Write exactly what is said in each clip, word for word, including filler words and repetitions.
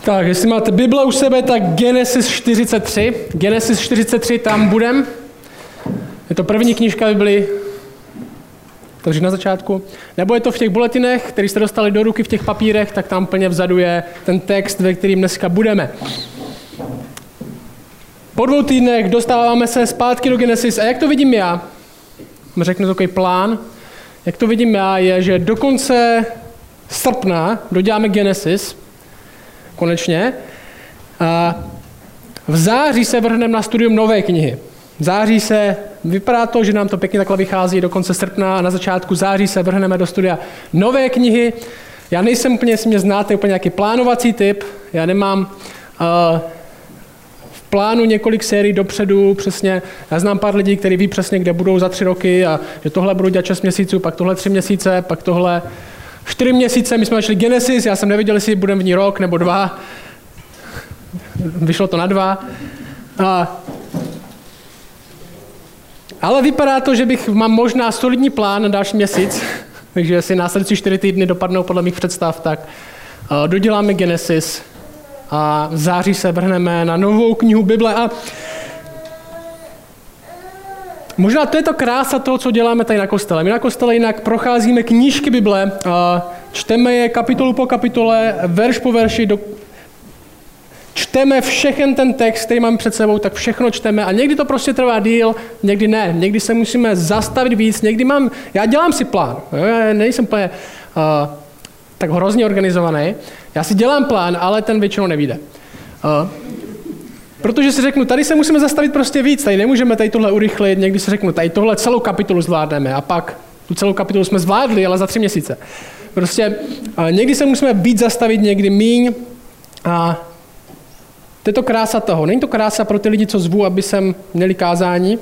Tak, jestli máte Bible u sebe, tak Genesis čtyřicet tři. Genesis čtyřicet tři, tam budem. Je to první knížka Bibli, takže na začátku. Nebo je to v těch bulletinech, který jste dostali do ruky v těch papírech, tak tam plně vzadu je ten text, ve kterým dneska budeme. Po dvou týdnech dostáváme se zpátky do Genesis. A jak to vidím já? Řeknu takový plán. Jak to vidím já, je, že do konce srpna doděláme Genesis, konečně. A v září se vrhneme na studium nové knihy. V září se, vypadá to, že nám to pěkně takhle vychází do konce srpna a na začátku září se vrhneme do studia nové knihy. Já nejsem úplně, jestli mě znáte, úplně nějaký plánovací typ. Já nemám uh, v plánu několik sérií dopředu přesně. Já znám pár lidí, kteří ví přesně, kde budou za tři roky a že tohle budou dělat šest měsíců, pak tohle tři měsíce, pak tohle čtyři měsíce. My jsme začali Genesis, já jsem nevěděl, jestli budeme v ní rok nebo dva. Vyšlo to na dva. A ale vypadá to, že bych mám možná solidní plán na další měsíc, takže si následující čtyři týdny dopadnou podle mých představ, tak uh, doděláme Genesis a v září se vrhneme na novou knihu Bible. A možná to je to krása toho, co děláme tady na kostele. My na kostele jinak procházíme knížky Bible, uh, čteme je kapitolu po kapitole, verš po verši, do, čteme všechen ten text, který máme před sebou, tak všechno čteme a někdy to prostě trvá díl, někdy ne. Někdy se musíme zastavit víc, někdy mám, já dělám si plán, já nejsem úplně uh, tak hrozně organizovaný, já si dělám plán, ale ten většinou nevyjde. Uh, protože si řeknu, tady se musíme zastavit prostě víc, tady nemůžeme tady tohle urychlit, někdy si řeknu, tady tohle celou kapitolu zvládneme a pak tu celou kapitolu jsme zvládli, ale za tři měsíce. Prostě uh, někdy se musíme víc zastavit, někdy míň a to je to krása toho. Není to krása pro ty lidi, co zvu, aby sem měli kázání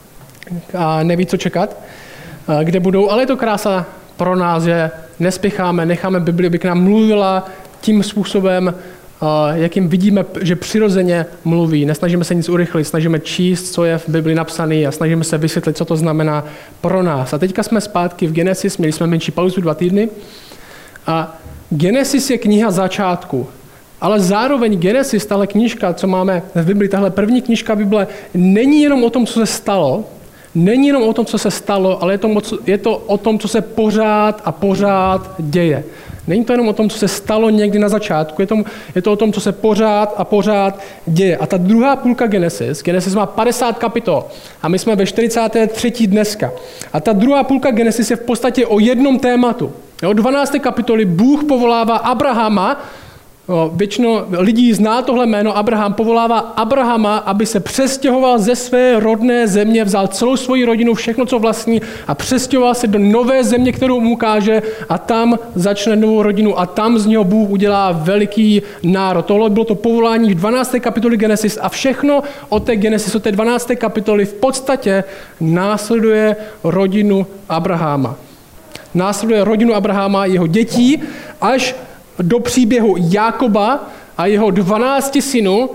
a neví, co čekat, kde budou, ale je to krása pro nás, že nespěcháme, necháme Bibli, aby k nám mluvila tím způsobem, jakým vidíme, že přirozeně mluví. Nesnažíme se nic urychlit, snažíme číst, co je v Bibli napsané a snažíme se vysvětlit, co to znamená pro nás. A teďka jsme zpátky v Genesis, měli jsme menší pauzu dva týdny a Genesis je kniha začátku. Ale zároveň Genesis, tahle knížka, co máme v Bibli, tahle první knížka Bible, není jenom o tom, co se stalo, není jenom o tom, co se stalo, ale je to, je to o tom, co se pořád a pořád děje. Není to jenom o tom, co se stalo někdy na začátku, je to, je to o tom, co se pořád a pořád děje. A ta druhá půlka Genesis, Genesis má padesát kapitol a my jsme ve čtyřicáté třetí dneska. A ta druhá půlka Genesis je v podstatě o jednom tématu. Od dvanácté kapitoly Bůh povolává Abrahama. Většinou lidí zná tohle jméno, Abraham povolává Abrahama, aby se přestěhoval ze své rodné země, vzal celou svoji rodinu, všechno, co vlastní a přestěhoval se do nové země, kterou mu ukáže a tam začne novou rodinu a tam z něho Bůh udělá veliký národ. Tohle bylo to povolání v dvanácté kapitoli Genesis a všechno od té Genesis, od té dvanácté kapitoly v podstatě následuje rodinu Abrahama. Následuje rodinu Abrahama, jeho dětí, až do příběhu Jákoba a jeho dvanácti synů,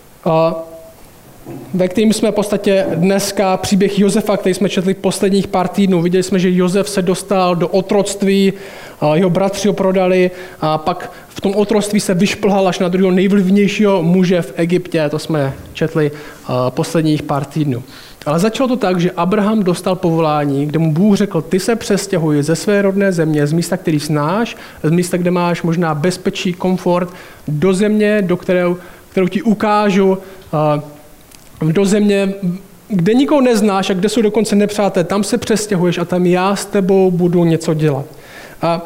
ve kterým jsme v podstatě dneska příběh Josefa, který jsme četli posledních pár týdnů. Viděli jsme, že Josef se dostal do otroctví, jeho bratři ho prodali a pak v tom otroctví se vyšplhal až na druhého nejvlivnějšího muže v Egyptě. To jsme četli posledních pár týdnů. Ale začalo to tak, že Abraham dostal povolání, kde mu Bůh řekl, ty se přestěhuj ze své rodné země, z místa, který znáš, z místa, kde máš možná bezpečí, komfort, do země, do kterou, kterou ti ukážu, do země, kde nikoho neznáš a kde jsou dokonce nepřátelé, tam se přestěhuješ a tam já s tebou budu něco dělat. A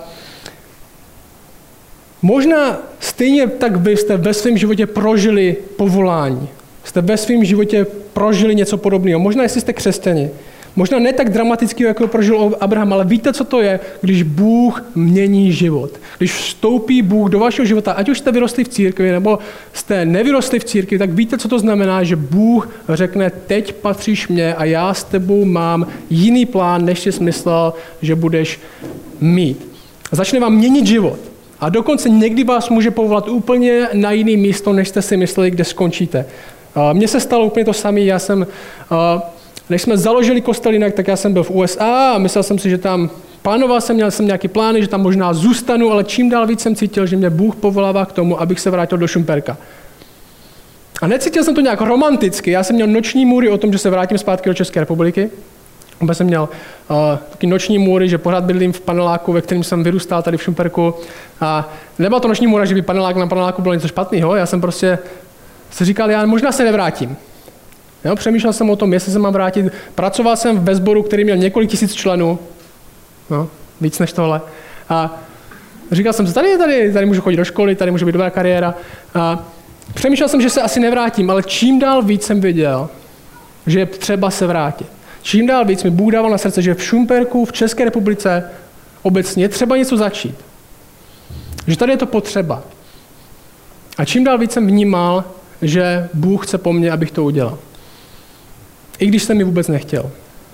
možná stejně tak vy jste ve svém životě prožili povolání. Jste ve svém životě prožili něco podobného. Možná, jestli jste křesťani. Možná ne tak dramatický, jako prožil Abraham, ale víte, co to je, když Bůh mění život. Když vstoupí Bůh do vašeho života, ať už jste vyrostli v církvi, nebo jste nevyrostli v církvi, tak víte, co to znamená, že Bůh řekne, teď patříš mě a já s tebou mám jiný plán, než jsi myslel, že budeš mít. Začne vám měnit život. A dokonce někdy vás může povolat úplně na jiné místo, než jste si mysleli, kde skončíte. Mně se stalo úplně to samé, já jsem, než jsme založili kostel jinak, tak já jsem byl v U S A a myslel jsem si, že tam Plánoval jsem, měl jsem nějaké plány, že tam možná zůstanu, ale čím dál víc jsem cítil, že mě Bůh povolává k tomu, abych se vrátil do Šumperka. A necítil jsem to nějak romanticky. Já jsem měl noční můry o tom, že se vrátím zpátky do České republiky. Oba jsem měl uh, taky noční můry, že pořád bydlím v paneláku, ve kterém jsem vyrůstal tady v Šumperku. A nebyla to noční můra, že by panelák na paneláku bylo něco špatného. Já jsem prostě si říkal, já možná se nevrátím. Jo, přemýšlel jsem o tom, jestli se mám vrátit. Pracoval jsem ve sboru, který měl několik tisíc členů. No, víc než tohle. A říkal jsem si, tady, tady, tady můžu chodit do školy, tady může být dobrá kariéra. A přemýšlel jsem, že se asi nevrátím, ale čím dál víc jsem viděl, že je třeba se vrátit. Čím dál víc mi Bůh dával na srdce, že v Šumperku, v České republice obecně je třeba něco začít. Že tady je to potřeba. A čím dál víc jsem vnímal, že Bůh chce po mně, abych to udělal. I když jsem mi vůbec nechtěl.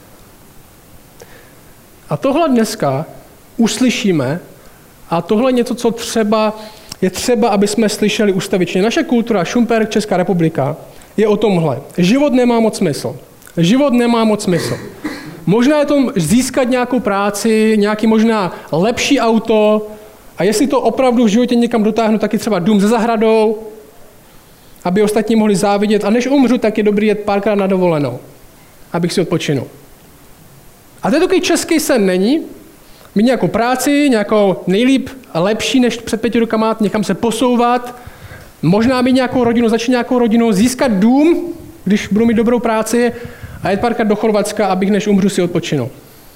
A tohle dneska uslyšíme, a tohle je něco, co třeba, je třeba, aby jsme slyšeli ustavičně. Naše kultura, Šumperk, Česká republika, je o tomhle. Život nemá moc smysl. Život nemá moc smysl. Možná je to získat nějakou práci, nějaký možná lepší auto, a jestli to opravdu v životě někam dotáhnu, tak je třeba dům se zahradou, aby ostatní mohli závidět. A než umřu, tak je dobrý jet párkrát na dovolenou, abych si odpočinul. A to je takový český sen, není? Mít nějakou práci, nějakou nejlíp a lepší než před pěti rokama, někam se posouvat, možná mít nějakou rodinu, začít nějakou rodinu, získat dům, když budu mít dobrou práci, a jet párkrát do Chorvatska, abych než umřu si odpočinul.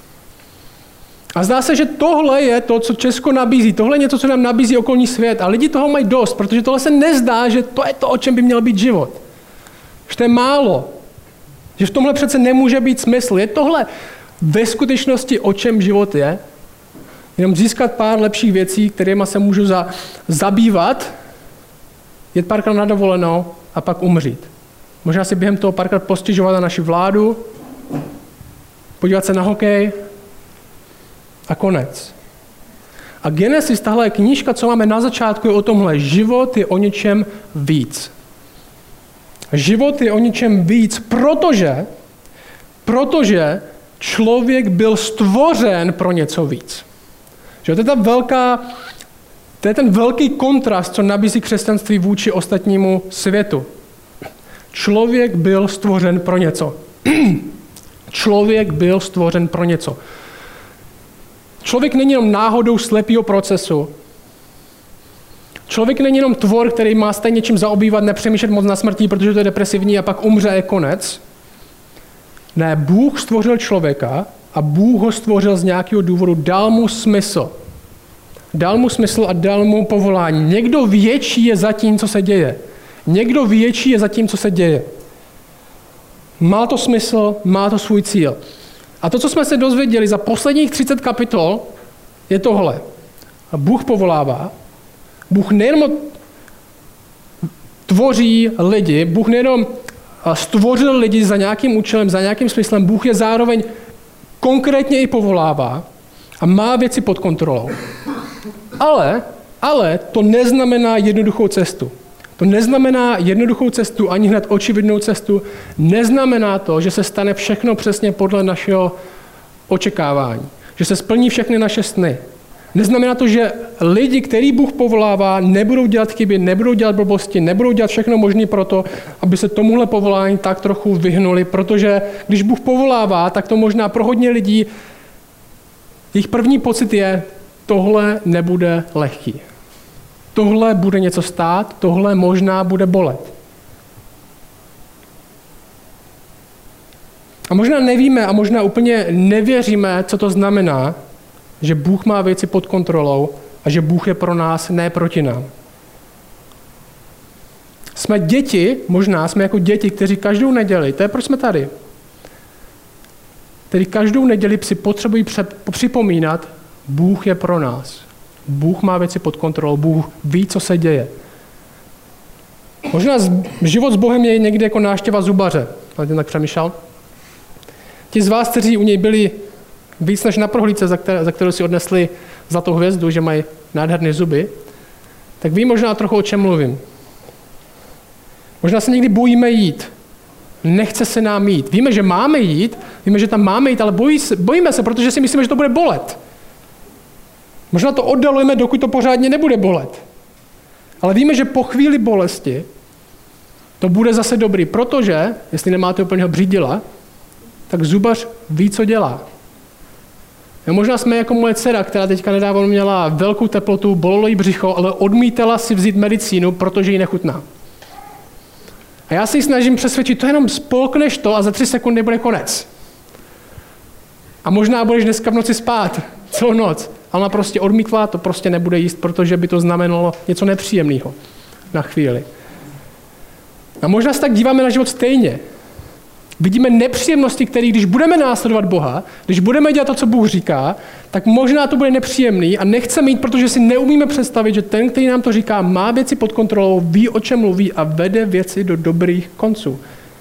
A zdá se, že tohle je to, co Česko nabízí. Tohle je něco, co nám nabízí okolní svět. A lidi toho mají dost, protože tohle se nezdá, že to je to, o čem by měl být život. Že to je málo. Že v tomhle přece nemůže být smysl. Je tohle ve skutečnosti, o čem život je? Jenom získat pár lepších věcí, kterými se můžu za, zabývat, jet párkrát na dovolenou a pak umřít. Možná si během toho párkrát postěžovat na naši vládu, podívat se na hokej a konec. A Genesis, tahle je knížka, co máme na začátku, je o tomhle. Život je o něčem víc. Život je o něčem víc, protože, protože člověk byl stvořen pro něco víc. Že to je ta velká, to je ten velký kontrast, co nabízí křesťanství vůči ostatnímu světu. Člověk byl stvořen pro něco. Člověk byl stvořen pro něco. Člověk není jenom náhodou slepýho procesu. Člověk není jenom tvor, který má stejně čím zaobývat, nepřemýšlet moc na smrti, protože to je depresivní a pak umře a je konec. Ne, Bůh stvořil člověka a Bůh ho stvořil z nějakého důvodu, dal mu smysl. Dal mu smysl a dal mu povolání. Někdo větší je za tím, co se děje. Někdo větší je za tím, co se děje. Má to smysl, má to svůj cíl. A to, co jsme se dozvěděli za posledních třicet kapitol, je tohle. Bůh povolává. Bůh nejenom tvoří lidi, Bůh nejenom stvořil lidi za nějakým účelem, za nějakým smyslem, Bůh je zároveň konkrétně i povolává a má věci pod kontrolou. Ale, ale to neznamená jednoduchou cestu. To neznamená jednoduchou cestu, ani hned očividnou cestu. Neznamená to, že se stane všechno přesně podle našeho očekávání. Že se splní všechny naše sny. Neznamená to, že lidi, který Bůh povolává, nebudou dělat chyby, nebudou dělat blbosti, nebudou dělat všechno možné pro to, aby se tomuhle povolání tak trochu vyhnuli, protože když Bůh povolává, tak to možná pro hodně lidí, jejich první pocit je, tohle nebude lehký. Tohle bude něco stát, tohle možná bude bolet. A možná nevíme a možná úplně nevěříme, co to znamená, že Bůh má věci pod kontrolou a že Bůh je pro nás, ne proti nám. Jsme děti, možná jsme jako děti, kteří každou neděli, to je proč jsme tady, kteří každou neděli si potřebují připomínat, Bůh je pro nás. Bůh má věci pod kontrolou, Bůh ví, co se děje. Možná život s Bohem je někdy jako návštěva zubaře. Ale jsem tak přemýšlel. Ti z vás, kteří u něj byli víc než na prohlídce, za, které, za kterou si odnesli zlatou hvězdu, že mají nádherné zuby, tak ví možná trochu, o čem mluvím. Možná se někdy bojíme jít. Nechce se nám jít. Víme, že máme jít, víme, že tam máme jít, ale bojí se, bojíme se, protože si myslíme, že to bude bolet. Možná to oddalujeme, dokud to pořádně nebude bolet. Ale víme, že po chvíli bolesti to bude zase dobrý, protože, jestli nemáte úplného břídila, tak zubař ví, co dělá. Jo, možná jsme jako moje dcera, která teďka nedávno měla velkou teplotu, bolelo jí břicho, ale odmítala si vzít medicínu, protože jí nechutná. A já si ji snažím přesvědčit, to jenom spolkneš to a za tři sekundy bude konec. A možná budeš dneska v noci spát celou noc. A ona prostě odmítla, to prostě nebude jíst, protože by to znamenalo něco nepříjemného na chvíli. A možná se tak díváme na život stejně. Vidíme nepříjemnosti, které, když budeme následovat Boha, když budeme dělat to, co Bůh říká, tak možná to bude nepříjemný a nechceme mít, protože si neumíme představit, že ten, který nám to říká, má věci pod kontrolou, ví, o čem mluví a vede věci do dobrých konců.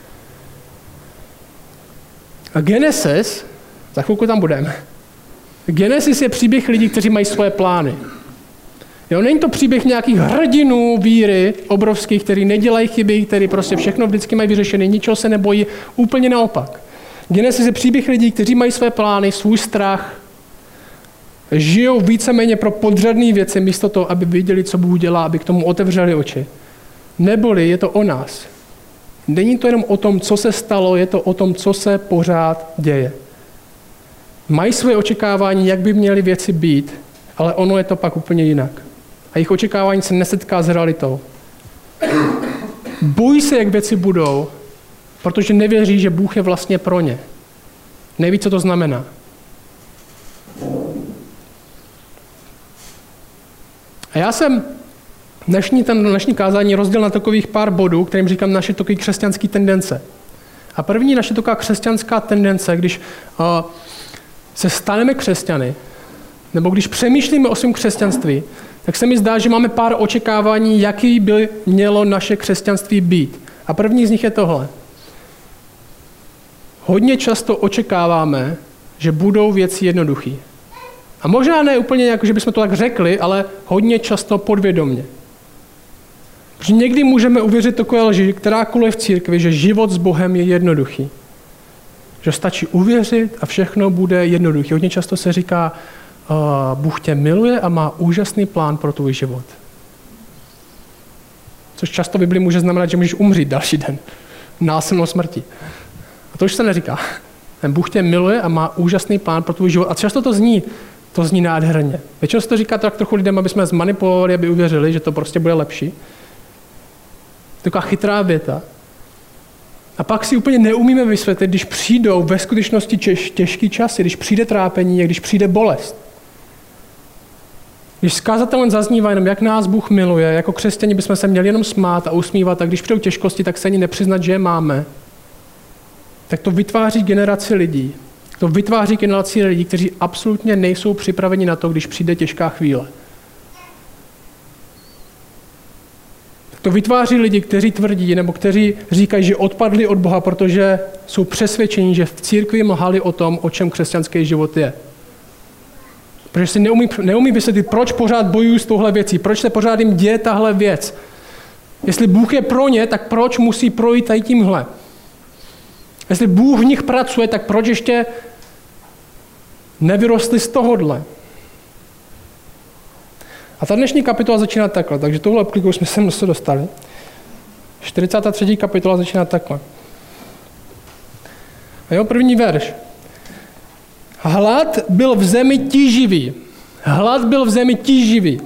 A Genesis, za chvilku tam budeme, Genesis je příběh lidí, kteří mají svoje plány. Jo, není to příběh nějakých hrdinů víry obrovských, kteří nedělají chyby, kteří prostě všechno vždycky mají vyřešené, ničeho se nebojí, úplně naopak. Genesis je příběh lidí, kteří mají své plány, svůj strach, žijou víceméně pro podřadné věci, místo toho, aby viděli, co Bůh dělá, aby k tomu otevřeli oči. Neboli je to o nás. Není to jenom o tom, co se stalo, je to o tom, co se pořád děje. Mají svoje očekávání, jak by měly věci být, ale ono je to pak úplně jinak. A jejich očekávání se nesetká s realitou. Bojí se, jak věci budou, protože nevěří, že Bůh je vlastně pro ně. Neví, co to znamená. A já jsem dnešní, ten dnešní kázání rozdělil na takových pár bodů, kterým říkám naše takové křesťanské tendence. A první naše taková křesťanská tendence, když uh, se staneme křesťany, nebo když přemýšlíme o svém křesťanství, tak se mi zdá, že máme pár očekávání, jaký by mělo naše křesťanství být. A první z nich je tohle. Hodně často očekáváme, že budou věci jednoduché. A možná ne úplně jako, že bychom to tak řekli, ale hodně často podvědomně. Protože někdy můžeme uvěřit takové lži, kterákoliv v církvi, že život s Bohem je jednoduchý. Že stačí uvěřit a všechno bude jednoduché. Hodně často se říká, uh, Bůh tě miluje a má úžasný plán pro tvůj život. Což často v Biblii může znamenat, že můžeš umřít další den. Násilnou smrti. A to už se neříká. Ten Bůh tě miluje a má úžasný plán pro tvůj život. A často to zní, to zní nádherně. Většinou se to říká tak trochu lidem, aby jsme zmanipulovali, aby uvěřili, že to prostě bude lepší. Taková chytrá věta. A pak si úplně neumíme vysvětlit, když přijdou ve skutečnosti těž, těžký časy, když přijde trápení, když přijde bolest. Když zkazatelem zaznívá jenom, jak nás Bůh miluje, jako křesťani bychom se měli jenom smát a usmívat, a když přijdou těžkosti, tak se ani nepřiznat, že je máme. Tak to vytváří generaci lidí. To vytváří generaci lidí, kteří absolutně nejsou připraveni na to, když přijde těžká chvíle. To vytváří lidi, kteří tvrdí, nebo kteří říkají, že odpadli od Boha, protože jsou přesvědčeni, že v církvi mlhali o tom, o čem křesťanský život je. Protože si neumí, neumí vysvětlit, proč pořád bojují s touhle věcí, proč se pořád jim děje tahle věc. Jestli Bůh je pro ně, tak proč musí projít tady tímhle? Jestli Bůh v nich pracuje, tak proč ještě nevyrostli z tohodle? A ta dnešní kapitola začíná takhle, takže tohle obkliku jsme sem se dostali. čtyřicátá třetí kapitola začíná takhle. A jo, první verš. Hlad byl v zemi tíživý. Hlad byl v zemi tíživý.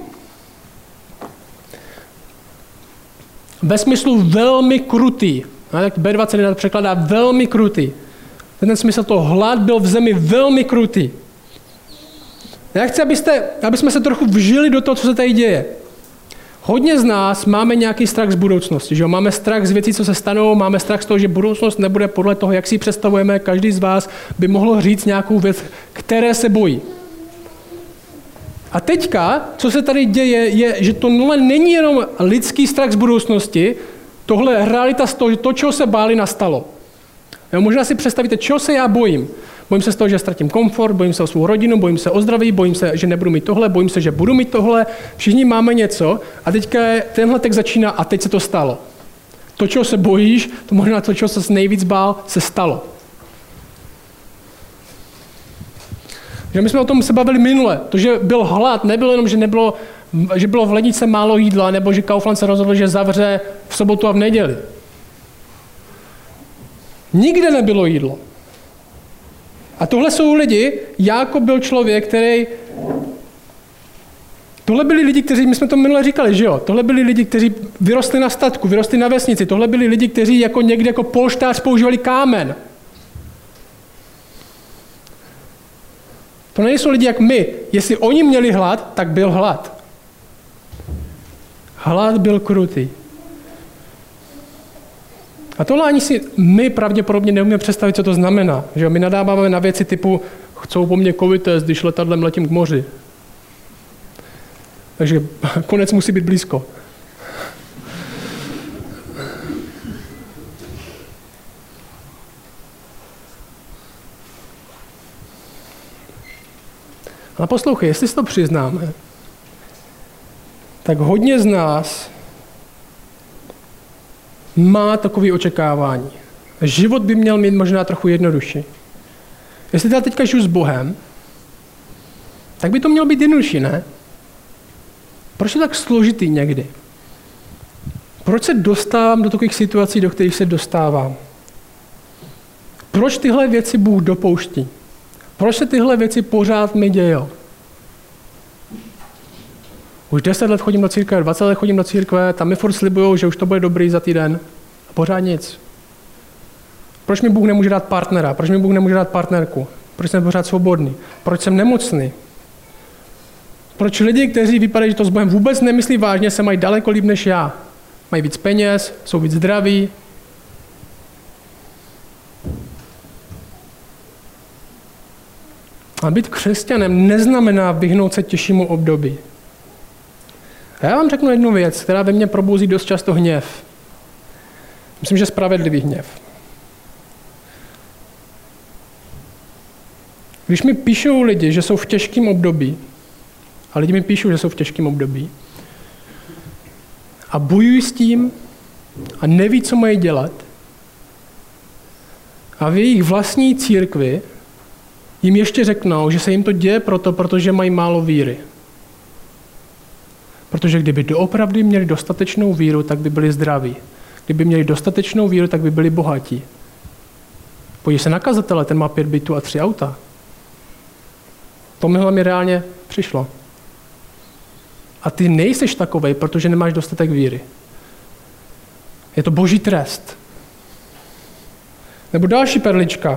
Ve smyslu velmi krutý. A tak bé dvacet jedna překladá velmi krutý. Ten smysl toho hlad byl v zemi velmi krutý. Já chci, abyste, aby jsme se trochu vžili do toho, co se tady děje. Hodně z nás máme nějaký strach z budoucnosti. Že jo? Máme strach z věcí, co se stanou, máme strach z toho, že budoucnost nebude podle toho, jak si ji představujeme. Každý z vás by mohl říct nějakou věc, které se bojí. A teďka, co se tady děje, je, že tohle není jenom lidský strach z budoucnosti, tohle je realita z toho, že to, čeho se báli, nastalo. Jo? Možná si představíte, čeho se já bojím. Bojím se z toho, že ztratím komfort, bojím se o svou rodinu, bojím se o zdraví, bojím se, že nebudu mít tohle, bojím se, že budu mít tohle. Všichni máme něco a teďka tenhle text začíná a teď se to stalo. To, čeho se bojíš, to možná to, čeho se nejvíc bál, se stalo. Že my jsme o tom se bavili minule. To, že byl hlad, nebylo jenom, že, nebylo, že bylo v lednici málo jídla, nebo že Kaufland se rozhodl, že zavře v sobotu a v neděli. Nikde nebylo jídlo. A tohle jsou lidi, Jákob byl člověk, který... Tohle byli lidi, kteří, my jsme to minule říkali, že jo? Tohle byli lidi, kteří vyrostli na statku, vyrostli na vesnici. Tohle byli lidi, kteří jako někde jako polštář používali kámen. To nejsou lidi jak my. Jestli oni měli hlad, tak byl hlad. Hlad byl krutý. A tohle ani si my pravděpodobně neumíme představit, co to znamená. Že my nadáváme na věci typu chcou po mně covid test, když letadlem letím k moři. Takže konec musí být blízko. Ale poslouchej, jestli si to přiznáme, tak hodně z nás má takové očekávání. Život by měl mít možná trochu jednodušší. Jestli teda teďka žiju s Bohem, tak by to mělo být jednodušší, ne? Proč je tak složitý někdy? Proč se dostávám do takových situací, do kterých se dostávám? Proč tyhle věci Bůh dopouští? Proč se tyhle věci pořád mi dějou? Už deset let chodím do církve, dvacet let chodím do církve, tam mi furt slibujou, že už to bude dobrý za týden. A pořád nic. Proč mi Bůh nemůže dát partnera? Proč mi Bůh nemůže dát partnerku? Proč jsem pořád svobodný? Proč jsem nemocný? Proč lidi, kteří vypadají, že to s Bohem vůbec nemyslí vážně, se mají daleko líp než já? Mají víc peněz, jsou víc zdraví. A být křesťanem neznamená vyhnout se těžšímu období. A já vám řeknu jednu věc, která ve mně probouzí dost často hněv. Myslím, že spravedlivý hněv. Když mi píšou lidi, že jsou v těžkém období, a lidi mi píšou, že jsou v těžkém období, a bojují s tím a neví, co mají dělat, a v jejich vlastní církvi jim ještě řeknou, že se jim to děje proto, protože mají málo víry. Protože kdyby doopravdy měli dostatečnou víru, tak by byli zdraví. Kdyby měli dostatečnou víru, tak by byli bohatí. Podívej se na kazatele, ten má pět bytů a tři auta. Tohle mi reálně přišlo. A ty nejseš takovej, protože nemáš dostatek víry. Je to boží trest. Nebo další perlička.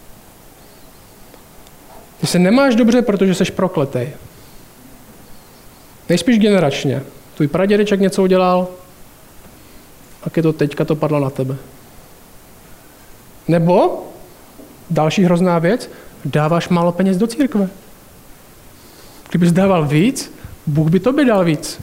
Ty se nemáš dobře, protože jsi prokletej. Nejspíš generačně. Tvůj pradědeček něco udělal, tak je to teďka to padlo na tebe. Nebo, další hrozná věc, dáváš málo peněz do církve. Kdybys dával víc, Bůh by tobě dal víc.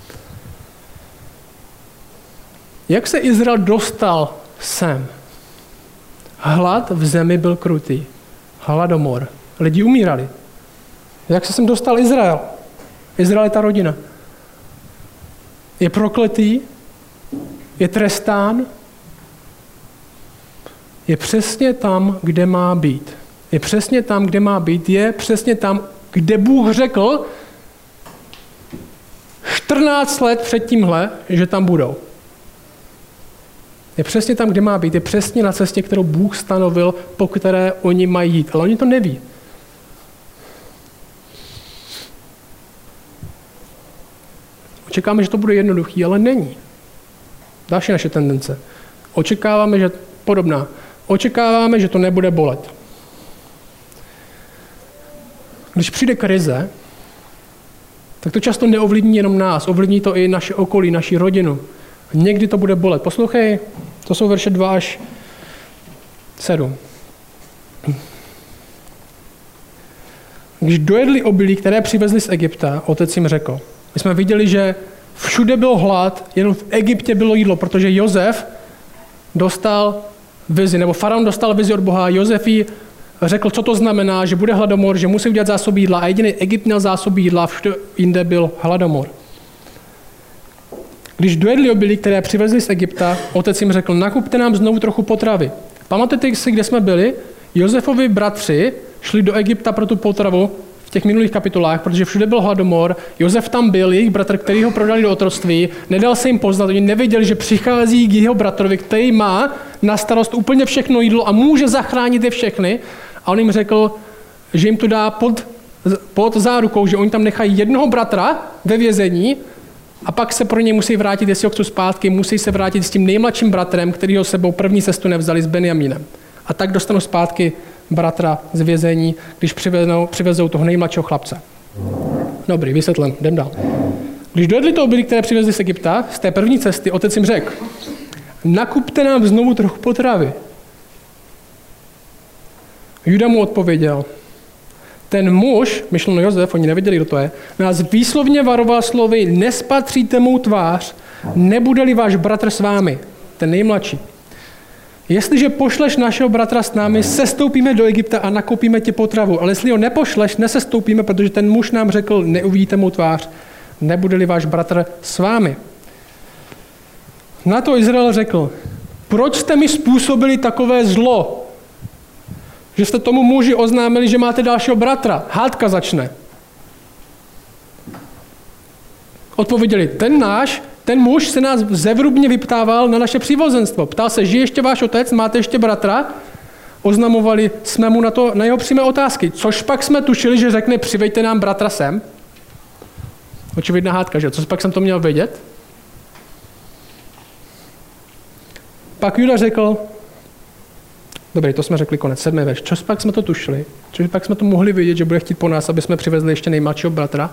Jak se Izrael dostal sem? Hlad v zemi byl krutý. Hladomor. Lidi umírali. Jak se sem dostal Izrael? Izrael je ta rodina. Je prokletý, je trestán, je přesně tam, kde má být. Je přesně tam, kde má být, je přesně tam, kde Bůh řekl čtrnáct let před tímhle, že tam budou. Je přesně tam, kde má být, je přesně na cestě, kterou Bůh stanovil, po které oni mají jít. Ale oni to neví. Očekáváme, že to bude jednoduchý, ale není. Další naše tendence. Očekáváme, že podobná. Očekáváme, že to nebude bolet. Když přijde krize, tak to často neovlivní jenom nás, ovlivní to i naše okolí, naši rodinu. A někdy to bude bolet. Poslouchej, to jsou verše dva až sedm. Když dojedli obilí, které přivezli z Egypta, otec jim řekl. My jsme viděli, že všude byl hlad, jenom v Egyptě bylo jídlo, protože Josef dostal vizi, nebo faraon dostal vizi od Boha. Josef jí řekl, co to znamená, že bude hladomor, že musí udělat zásoby jídla a jediný Egypt měl zásoby jídla, všude jinde byl hladomor. Když dojedli obilí, které přivezli z Egypta, otec jim řekl, nakupte nám znovu trochu potravy. Pamatujete si, kde jsme byli? Josefovi bratři šli do Egypta pro tu potravu v těch minulých kapitolách, protože všude byl hladomor, Josef tam byl, jejich bratr, který ho prodali do otroctví, nedal se jim poznat, oni nevěděli, že přichází k jeho bratrovi, který má na starost úplně všechno jídlo a může zachránit je všechny. A on jim řekl, že jim to dá pod, pod zárukou, že oni tam nechají jednoho bratra ve vězení a pak se pro něj musí vrátit, jestli ho chcou zpátky, musí se vrátit s tím nejmladším bratrem, kterýho sebou první cestu nevzali s Benjamínem. A tak dostanou zpátky bratra z vězení, když přivezou, přivezou toho nejmladšího chlapce. Dobrý, vysvětlím, jdem dál. Když dojedli to obilí, které přivezli z Egypta, z té první cesty, otec jim řekl, nakupte nám znovu trochu potravy. Juda mu odpověděl, ten muž, myšleno Josef, oni nevěděli, kdo to je, nás výslovně varoval slovy, nespatříte mou tvář, nebude-li váš bratr s vámi, ten nejmladší. Jestliže pošleš našeho bratra s námi, sestoupíme do Egypta a nakoupíme ti potravu. Ale jestli ho nepošleš, nesestoupíme, protože ten muž nám řekl, neuvidíte mou tvář, nebude-li váš bratr s vámi. Na to Izrael řekl, proč jste mi způsobili takové zlo, že jste tomu muži oznámili, že máte dalšího bratra. Hádka začne. Odpověděli, ten náš, ten muž se nás zevrubně vyptával na naše přívozenstvo. Ptal se, žije ještě váš otec, máte ještě bratra? Oznamovali jsme mu na, to, na jeho přímé otázky. Což pak jsme tušili, že řekne, přivejte nám bratra sem. Očividná hádka, že? Co pak jsem to měl vědět? Pak Juda řekl, dobrý, to jsme řekli konec, sedmý verš. Což pak jsme to tušili? Což pak jsme to mohli vědět, že bude chtít po nás, aby jsme přivezli ještě nejmladšího bratra?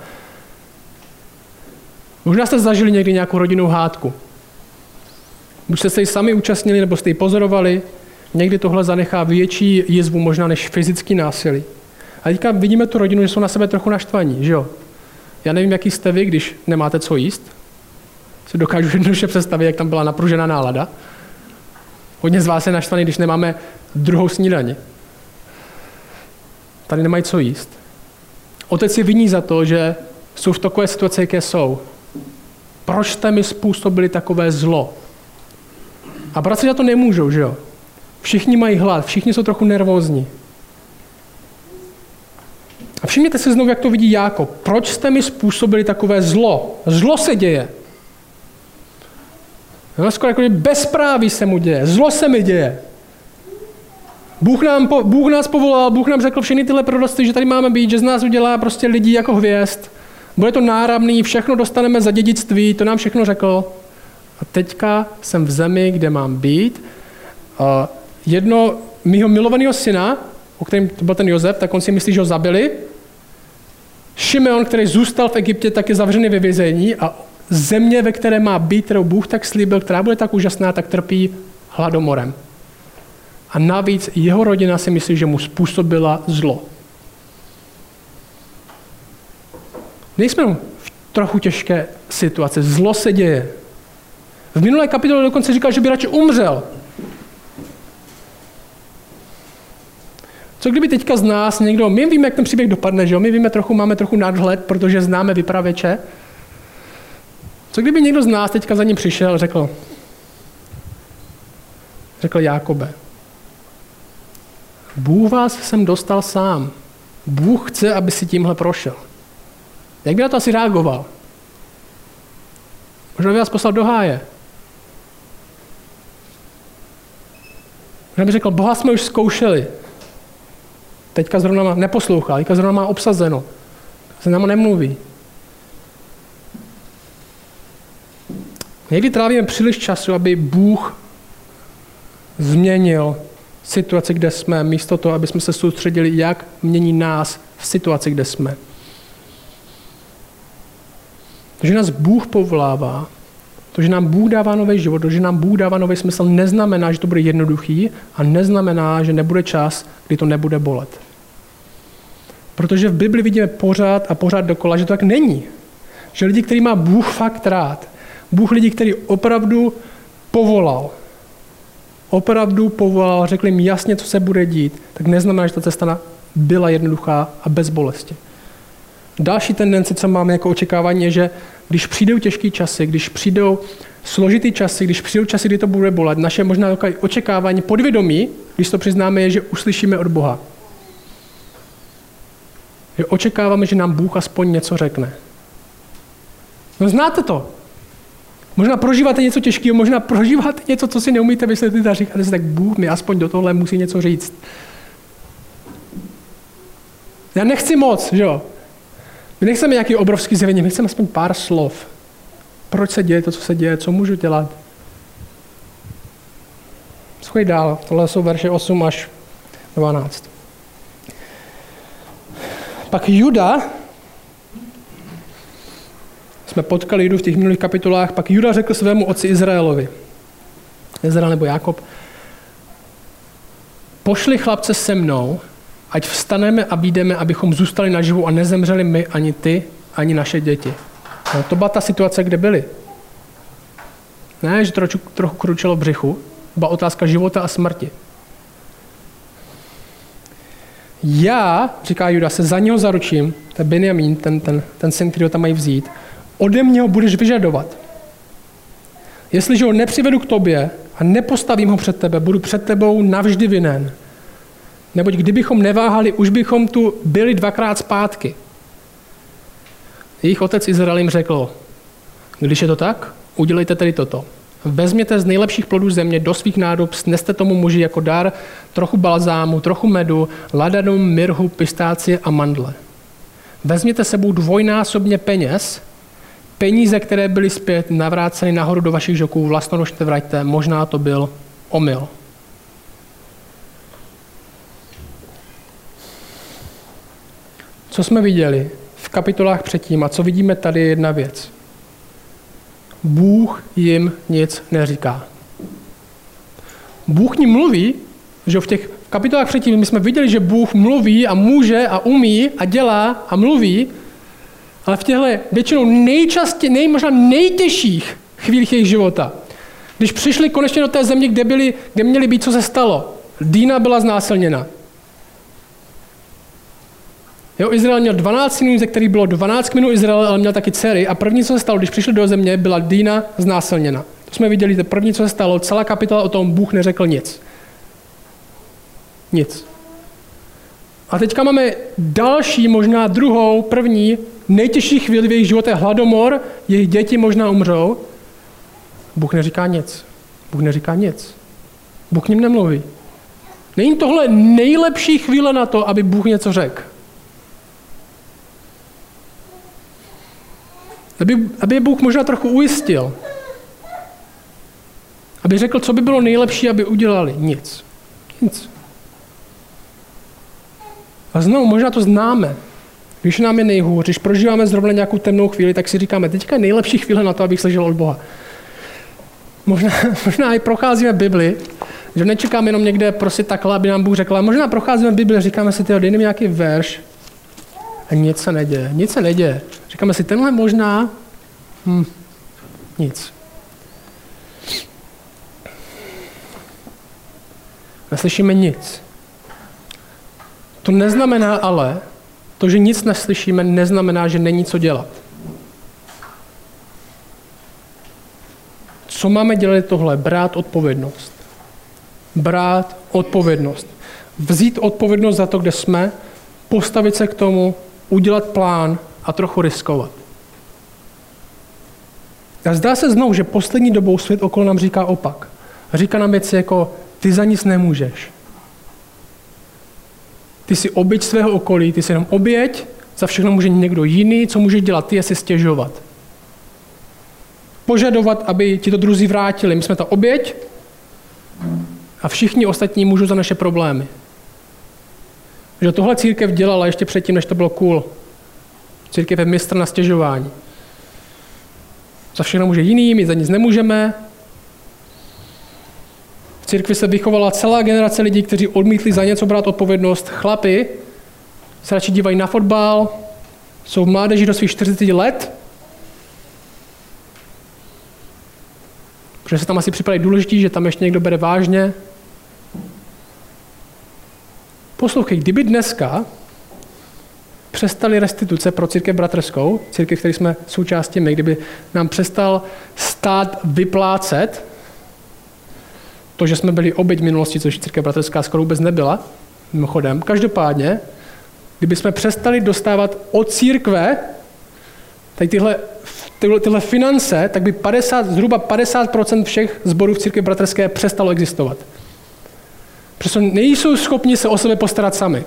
Možná jste zažili někdy nějakou rodinnou hádku. Buď jste se ji sami účastnili, nebo jste ji pozorovali. Někdy tohle zanechá větší jizvu možná než fyzický násilí. A teďka vidíme tu rodinu, že jsou na sebe trochu naštvaní, že jo? Já nevím, jaký jste vy, když nemáte co jíst. Si dokážu jednoduše představit, jak tam byla napružená nálada. Hodně z vás je naštvaný, když nemáme druhou snídani. Tady nemají co jíst. Otec je vinní za to, že jsou v takové situaci, jaké jsou. Proč jste mi způsobili takové zlo? A bratři za to nemůžou, že jo? Všichni mají hlad, všichni jsou trochu nervózní. A všimněte si znovu, jak to vidí Jákob. Proč jste mi způsobili takové zlo? Zlo se děje. No, skoro jako bezpráví se mu děje, zlo se mi děje. Bůh, nám po, Bůh nás povolal, Bůh nám řekl všechny tyhle proroctví, že tady máme být, že z nás udělá prostě lidi jako hvězd. Bude to náramný, všechno dostaneme za dědictví, to nám všechno řekl. A teďka jsem v zemi, kde mám být. A jedno mýho milovaného syna, o kterém byl ten Josef, tak on si myslí, že ho zabili. Šimeon, který zůstal v Egyptě, tak je zavřený ve vězení a země, ve které má být, kterou Bůh tak slíbil, která bude tak úžasná, tak trpí hladomorem. A navíc jeho rodina si myslí, že mu způsobila zlo. Nejsme v trochu těžké situaci. Zlo se děje. V minulé kapitole dokonce říkal, že by radši umřel. Co kdyby teďka z nás někdo, my víme, jak ten příběh dopadne, že jo? My víme trochu, máme trochu nadhled, protože známe vypravěče. Co kdyby někdo z nás teďka za ním přišel a řekl, řekl Jákobe, Bůh vás sem dostal sám. Bůh chce, aby si tímhle prošel. Jak by na to asi reagoval? Možná by vás poslal do háje. Možná by řekl, Boha jsme už zkoušeli. Teďka zrovna má, neposlouchá, teďka zrovna má obsazeno. Se nám nemluví. Někdy trávíme příliš času, aby Bůh změnil situaci, kde jsme, místo toho, aby jsme se soustředili, jak mění nás v situaci, kde jsme. To, že nás Bůh povolává, to, že nám Bůh dává nový život, to, že nám Bůh dává nový smysl, neznamená, že to bude jednoduchý a neznamená, že nebude čas, kdy to nebude bolet. Protože v Bibli vidíme pořád a pořád dokola, že to tak není. Že lidi, který má Bůh fakt rád, Bůh lidi, který opravdu povolal, opravdu povolal, řekl jim jasně, co se bude dít, tak neznamená, že ta cesta byla jednoduchá a bez bolesti. Další tendence, co máme jako očekávání, je, že když přijdou těžké časy, když přijdou složitý časy, když přijdou časy, kdy to bude bolet, naše možná očekávání podvědomí, když to přiznáme, je, že uslyšíme od Boha. Že očekáváme, že nám Bůh aspoň něco řekne. No znáte to. Možná prožíváte něco těžkého, možná prožíváte něco, co si neumíte vysvětlit a říkáte si, tak Bůh mi aspoň do tohle musí něco říct. Já nechci moc, že jo? My nechceme nějaký obrovský zjevení, my chceme aspoň pár slov. Proč se děje to, co se děje, co můžu dělat? Schoj dál, tohle jsou verše osm až dvanáct. Pak Juda, jsme potkali Judu v těch minulých kapitolách, pak Juda řekl svému otci Izraelovi, Izrael nebo Jákob, pošli chlapce se mnou, ať vstaneme a vyjdeme, abychom zůstali naživu a nezemřeli my, ani ty, ani naše děti. No, to byla ta situace, kde byli. Ne, že trochu, trochu kručilo v břichu, byla otázka života a smrti. Já, říká Juda, se za něho zaručím, to je Benjamín, ten, ten, ten syn, který ho tam mají vzít, ode mě ho budeš vyžadovat. Jestliže ho nepřivedu k tobě a nepostavím ho před tebe, budu před tebou navždy vinen. Neboť kdybychom neváhali, už bychom tu byli dvakrát zpátky. Jejich otec Izrael jim řekl, když je to tak, udělejte tedy toto. Vezměte z nejlepších plodů země do svých nádob, sneste tomu muži jako dar trochu balzámu, trochu medu, ladanu, mirhu, pistácie a mandle. Vezměte sebou dvojnásobně peněz, peníze, které byly zpět navráceny nahoru do vašich žoků, vlastnoručně vraťte, možná to byl omyl. Co jsme viděli v kapitolách předtím a co vidíme tady je jedna věc. Bůh jim nic neříká. Bůh ním mluví, že v těch kapitolách předtím my jsme viděli, že Bůh mluví a může a umí a dělá a mluví, ale v těchto většinou nejčastěji, nej, možná nejtěžších chvílích jejich života, když přišli konečně do té země, kde, byli, kde měli být, co se stalo. Dýna byla znásilněna. Jo, Izrael měl dvanáct synů, ze kterých bylo dvanáct kmenů Izraele, ale měl taky dcery. A první, co se stalo, když přišli do země, byla Dýna znásilněna. To jsme viděli, to první, co se stalo, celá kapitola o tom Bůh neřekl nic. Nic. A teďka máme další, možná druhou, první, nejtěžší chvíli v jejich životě hladomor, jejich děti možná umřou. Bůh neříká nic. Bůh neříká nic. Bůh k nim nemluví. Není tohle nejlepší chvíle na to, aby Bůh něco řekl? Aby, aby je Bůh možná trochu ujistil. Aby řekl, co by bylo nejlepší, aby udělali. Nic. Nic. A znovu, možná to známe. Když nám je nejhůř, když prožíváme zrovna nějakou temnou chvíli, tak si říkáme, teďka je nejlepší chvíle na to, abych slyšel od Boha. Možná, možná i procházíme Bibli, že nečekáme jenom někde prosit takhle, aby nám Bůh řekl. Možná procházíme Bibli a říkáme si, tyjo, dej mi nějaký verš a nic se neděje. Nic se neděje. Říkáme si, tenhle možná, hm, nic. Neslyšíme nic. To neznamená ale, to, že nic neslyšíme, neznamená, že není co dělat. Co máme dělat tohle? Brát odpovědnost. Brát odpovědnost. Vzít odpovědnost za to, kde jsme, postavit se k tomu, udělat plán a trochu riskovat. A zdá se znovu, že poslední dobou svět okolo nám říká opak. A říká nám věci jako, ty za nic nemůžeš. Ty jsi oběť svého okolí, ty jsi jenom oběť, za všechno může někdo jiný, co můžeš dělat ty, je si stěžovat. Požadovat, aby ti to druzí vrátili. My jsme ta oběť a všichni ostatní můžou za naše problémy. Že tohle církev dělala ještě předtím, než to bylo cool. Církev je mistr na stěžování. Za všechno může jiný, my za nic nemůžeme. V církvi se vychovala celá generace lidí, kteří odmítli za něco brát odpovědnost. Chlapi se radši dívají na fotbal, jsou v mládeži do svých čtyřiceti let, protože se tam asi připadají důležitý, že tam ještě někdo bere vážně. Poslouchej, kdyby dneska přestali restituce pro církev bratrskou, církev, který jsme součástí my, kdyby nám přestal stát vyplácet to, že jsme byli oběť minulosti, což církev bratrská skoro vůbec nebyla, mimochodem, každopádně, kdyby jsme přestali dostávat od církve tady tyhle, tyhle, tyhle finance, tak by padesát, zhruba padesát procent všech sborů v církvi bratrské přestalo existovat. Protože nejsou schopni se o sebe postarat sami.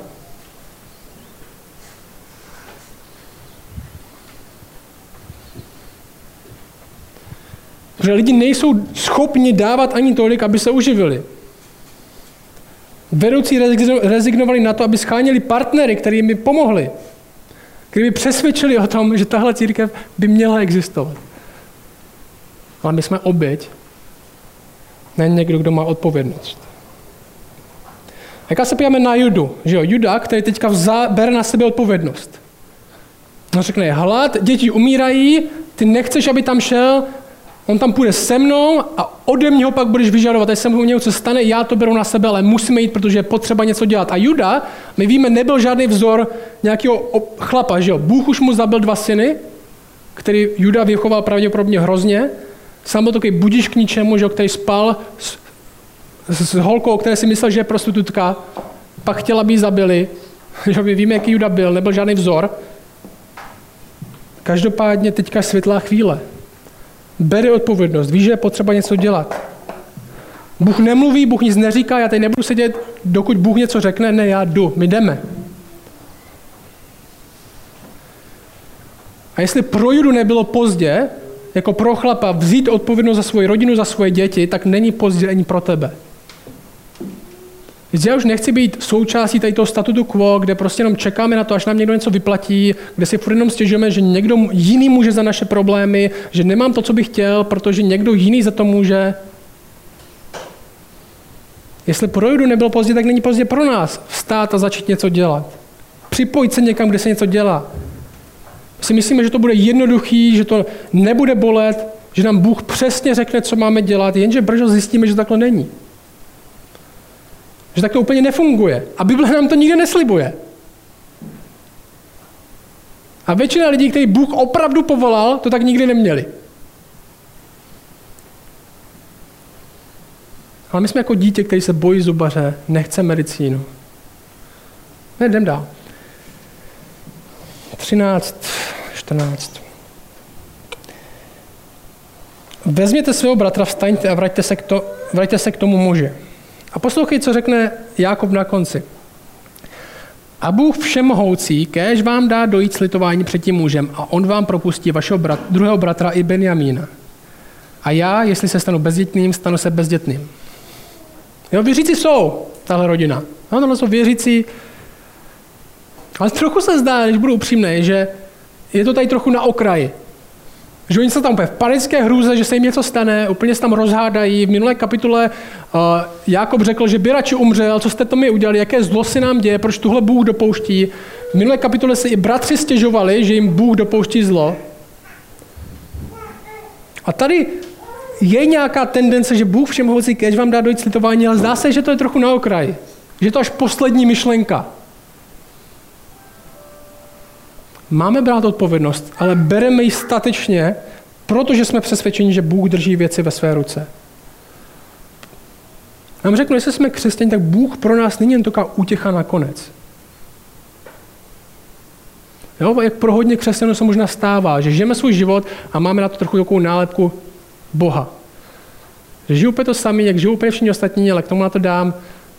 Protože lidi nejsou schopni dávat ani tolik, aby se uživili. Vedoucí rezignovali na to, aby schánili partnery, kteří jim pomohli. Kteří by přesvědčili o tom, že tahle církev by měla existovat. Ale my jsme oběť, ne někdo, kdo má odpovědnost. Jak se podíváme na Judu, že jo, Juda, který teďka vzá, bere na sebe odpovědnost. No řekne, hlad, děti umírají, ty nechceš, aby tam šel, on tam půjde se mnou a ode mě ho pak budeš vyžadovat. Až se mu něco stane, já to beru na sebe, ale musíme jít, protože je potřeba něco dělat. A Juda, my víme, nebyl žádný vzor nějakého chlapa, že jo. Bůh už mu zabil dva syny, který Juda vychoval pravděpodobně hrozně. Sám byl takový budiš k ničemu, že jo, který spal s, s holkou, která si myslel, že je prostitutka, pak chtěla, aby ji zabili. Že my víme, jaký Juda byl, nebyl žádný vzor. Každopádně teďka světlá chvíle. Bere odpovědnost, ví, že je potřeba něco dělat. Bůh nemluví, Bůh nic neříká, já tady nebudu sedět, dokud Bůh něco řekne, ne, já jdu, my jdeme. A jestli pro Judu nebylo pozdě, jako pro chlapa, vzít odpovědnost za svoji rodinu, za svoje děti, tak není pozdě ani pro tebe. Já už nechci být součástí tady toho statutu quo, kde prostě jenom čekáme na to, až nám někdo něco vyplatí, kde si furt jenom stěžujeme, že někdo jiný může za naše problémy, že nemám to, co bych chtěl, protože někdo jiný za to může. Jestli pro Judu nebylo pozdě, tak není pozdě pro nás vstát a začít něco dělat. Připojit se někam, kde se něco dělá. My si myslíme, že to bude jednoduchý, že to nebude bolet, že nám Bůh přesně řekne, co máme dělat, jenže brzo zjistíme, že takhle není. Že tak to úplně nefunguje. A Bible nám to nikde neslibuje. A většina lidí, kteří Bůh opravdu povolal, to tak nikdy neměli. Ale my jsme jako dítě, který se bojí zubaře, nechce medicínu. Ne, jdem dál. třináct, čtrnáct. Vezměte svého bratra, vstaňte a vraťte se k, to, vraťte se k tomu muži. A poslouchej, co řekne Jákob na konci. A Bůh všemohoucí, kéž vám dá dojít slitování před tím mužem a on vám propustí vašeho brat, druhého bratra i Benjamína. A já, jestli se stanu bezdětným, stanu se bezdětným. Jo, věřící jsou, tahle rodina. No, tohle jsou věřící. Ale trochu se zdá, když budu upřímný, že je to tady trochu na okraji. Že oni jsou tam úplně v panické hrůze, že se jim něco stane, úplně se tam rozhádají. V minulé kapitole uh, Jákob řekl, že by radši umřel, co jste to mi udělali, jaké zlo se nám děje, proč tuhle Bůh dopouští. V minulé kapitole se i bratři stěžovali, že jim Bůh dopouští zlo. A tady je nějaká tendence, že Bůh všemohoucí, kež vám dá dojít slitování, ale zdá se, že to je trochu na okraji. Že je to až poslední myšlenka. Máme brát odpovědnost, ale bereme ji statečně, protože jsme přesvědčeni, že Bůh drží věci ve své ruce. Nám řeknu, jestli jsme křesťané, tak Bůh pro nás není jen taková útěcha nakonec. Jo, jak pro hodně křesťanů se možná stává, že žijeme svůj život a máme na to trochu takovou nálepku Boha. Že žiju úplně to samý, jak žiju úplně všichni ostatní, ale k tomu na to dám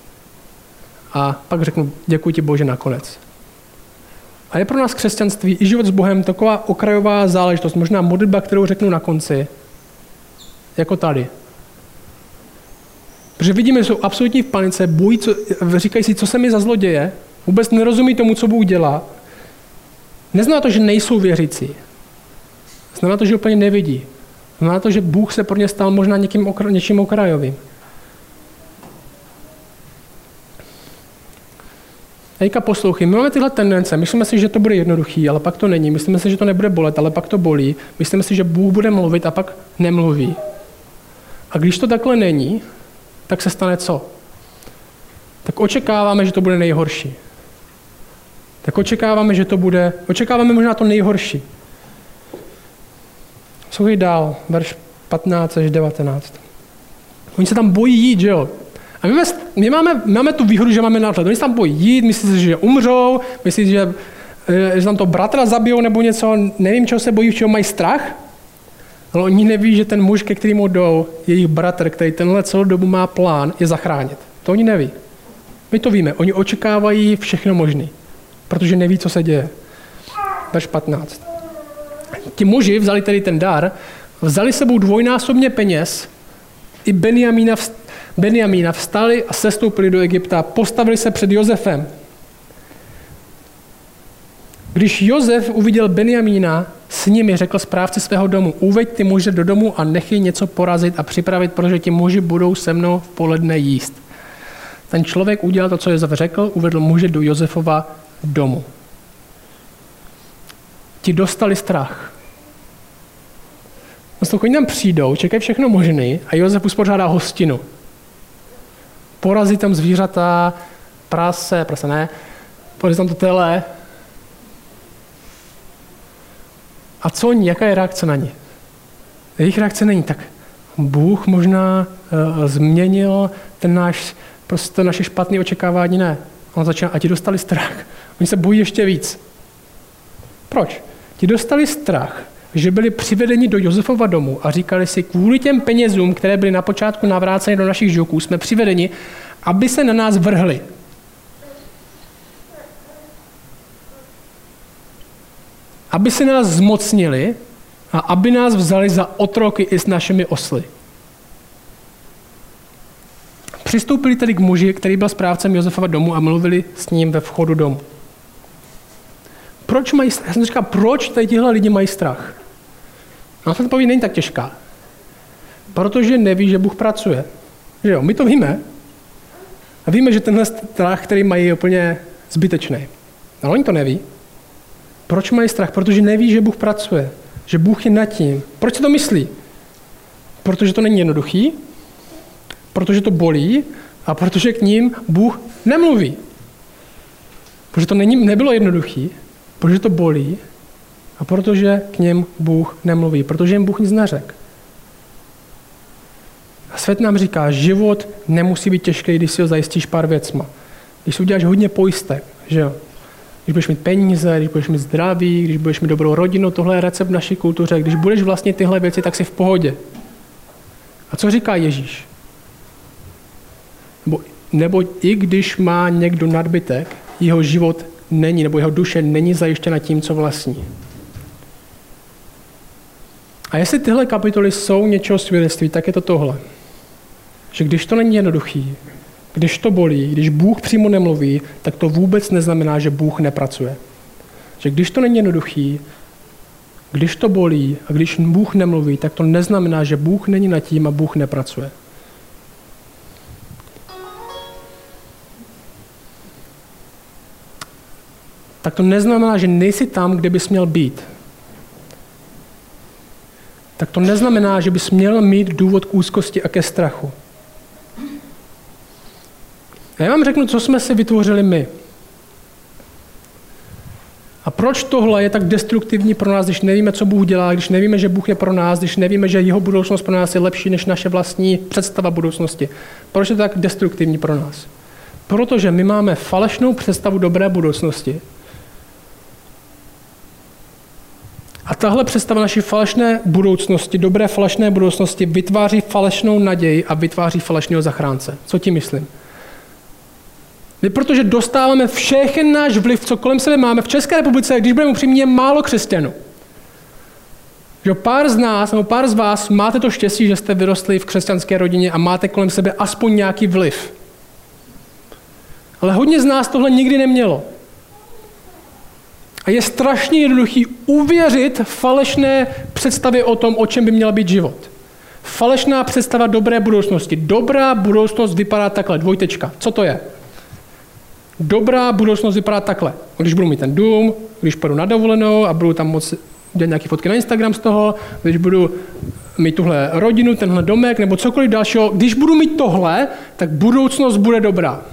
a pak řeknu, děkuji ti Bože nakonec. A je pro nás křesťanství i život s Bohem taková okrajová záležitost, možná modlitba, kterou řeknu na konci, jako tady. Protože vidíme, že jsou absolutní v panice, bojí, co, říkají si, co se mi za zlo děje, vůbec nerozumí tomu, co Bůh dělá. Neznamená to, že nejsou věřící. Znamená to, že úplně nevidí. Znamená to, že Bůh se pro ně stal možná někým okra, něčím okrajovým. Ejka, poslouchej, my máme tyhle tendence, myslíme si, že to bude jednoduchý, ale pak to není. Myslíme si, že to nebude bolet, ale pak to bolí. Myslíme si, že Bůh bude mluvit a pak nemluví. A když to takhle není, tak se stane co? Tak očekáváme, že to bude nejhorší. Tak očekáváme, že to bude, očekáváme možná to nejhorší. Słuchej dál, verš patnáct až devatenáct. Oni se tam bojí jít, že jo? A my my máme, máme tu výhodu, že máme nadhled. Oni se tam bojí jít, myslí si, že umřou, myslí si, že, že tam to bratra zabijou nebo něco, nevím, čeho se bojí, čeho mají strach. Ale oni neví, že ten muž, ke kterému jdou, jejich bratr, který tenhle celou dobu má plán, je zachránit. To oni neví. My to víme. Oni očekávají všechno možné, protože neví, co se děje. Verš patnáct. Ti muži vzali tedy ten dar, vzali sebou dvojnásobně peněz, i Benjamína, Benjamína vstali a sestoupili do Egypta, postavili se před Josefem. Když Josef uviděl Benjamína, s nimi řekl správci svého domu, uveď ty muže do domu a nechej něco porazit a připravit, protože ti muži budou se mnou v poledne jíst. Ten člověk udělal to, co Josef řekl, uvedl muže do Josefova domu. Ti dostali strach. Oni tam přijdou, čekají všechno možný a Josef uspořádá hostinu. Porazí tam zvířata, prase, prase ne, porazí tam to tele. A co oni, jaká je reakce na ně? Jejich reakce není tak. Bůh možná uh, změnil ten náš, prostě naše špatné očekávání, ne. On začíná, a ti dostali strach. Oni se bojí ještě víc. Proč? Ti dostali strach, že byli přivedeni do Josefova domu a říkali si, kvůli těm penězům, které byly na počátku navráceny do našich žoků, jsme přivedeni, aby se na nás vrhli. Aby se nás zmocnili a aby nás vzali za otroky i s našimi osly. Přistoupili tedy k muži, který byl správcem Josefova domu a mluvili s ním ve vchodu domu. Proč mají strach? Já jsem říkal, proč tady tihle lidi mají strach? No ta odpověď není tak těžká. Protože neví, že Bůh pracuje. Že jo, my to víme. A víme, že tenhle strach, který mají, je úplně zbytečný. Ale oni to neví. Proč mají strach? Protože neví, že Bůh pracuje. Že Bůh je nad tím. Proč si to myslí? Protože to není jednoduchý, protože to bolí a protože k ním Bůh nemluví. Protože to není, nebylo jednoduchý, protože to bolí a protože k ním Bůh nemluví, protože jim Bůh nic neřekl. A svět nám říká, život nemusí být těžký, když si ho zajistíš pár věcma. Když si uděláš hodně pojistek, že jo? Když budeš mít peníze, když budeš mít zdraví, když budeš mít dobrou rodinu, tohle je recept v naší kultuře. Když budeš vlastně tyhle věci, tak jsi v pohodě. A co říká Ježíš? Nebo, nebo i když má někdo nadbytek, jeho život není, nebo jeho duše není zajištěna tím, co vlastní. A jestli tyhle kapitoly jsou něčeho svědectví, tak je to tohle. Že když to není jednoduchý, když to bolí, když Bůh přímo nemluví, tak to vůbec neznamená, že Bůh nepracuje. Že když to není jednoduchý, když to bolí a když Bůh nemluví, tak to neznamená, že Bůh není nad tím a Bůh nepracuje. Tak to neznamená, že nejsi tam, kde bys měl být. Tak to neznamená, že bys měl mít důvod k úzkosti a ke strachu. A já vám řeknu, co jsme si vytvořili my. A proč tohle je tak destruktivní pro nás, když nevíme, co Bůh dělá, když nevíme, že Bůh je pro nás, když nevíme, že jeho budoucnost pro nás je lepší než naše vlastní představa budoucnosti. Proč je to tak destruktivní pro nás? Protože my máme falešnou představu dobré budoucnosti. A tahle představa naší falešné budoucnosti, dobré falešné budoucnosti, vytváří falešnou naději a vytváří falešného zachránce. Co tím myslím? My protože dostáváme všechen náš vliv, co kolem sebe máme v České republice, když budeme upřímní, je málo křesťanů. Že pár z nás, nebo pár z vás máte to štěstí, že jste vyrostli v křesťanské rodině a máte kolem sebe aspoň nějaký vliv. Ale hodně z nás tohle nikdy nemělo. A je strašně jednoduchý uvěřit falešné představě o tom, o čem by měl být život. Falešná představa dobré budoucnosti. Dobrá budoucnost vypadá takhle, dvojtečka. Co to je? Dobrá budoucnost vypadá takhle. Když budu mít ten dům, když půjdu na dovolenou a budu tam moc dělat nějaké fotky na Instagram z toho, když budu mít tuhle rodinu, tenhle domek nebo cokoliv dalšího, když budu mít tohle, tak budoucnost bude dobrá.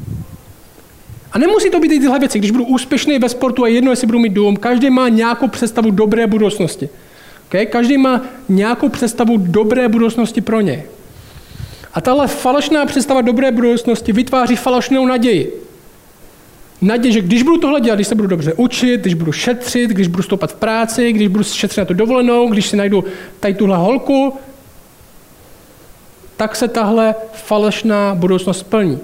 A nemusí to být i tyhle věci. Když budu úspěšný ve sportu a jedno, jestli budu mít dům, každý má nějakou představu dobré budoucnosti. Okay? Každý má nějakou představu dobré budoucnosti pro něj. A tahle falešná představa dobré budoucnosti vytváří falešnou naději. Naději, že když budu tohle dělat, když se budu dobře učit, když budu šetřit, když budu stoupat v práci, když budu šetřit na tu dovolenou, když si najdu tady tuhle holku, tak se tahle falešná budoucnost splní.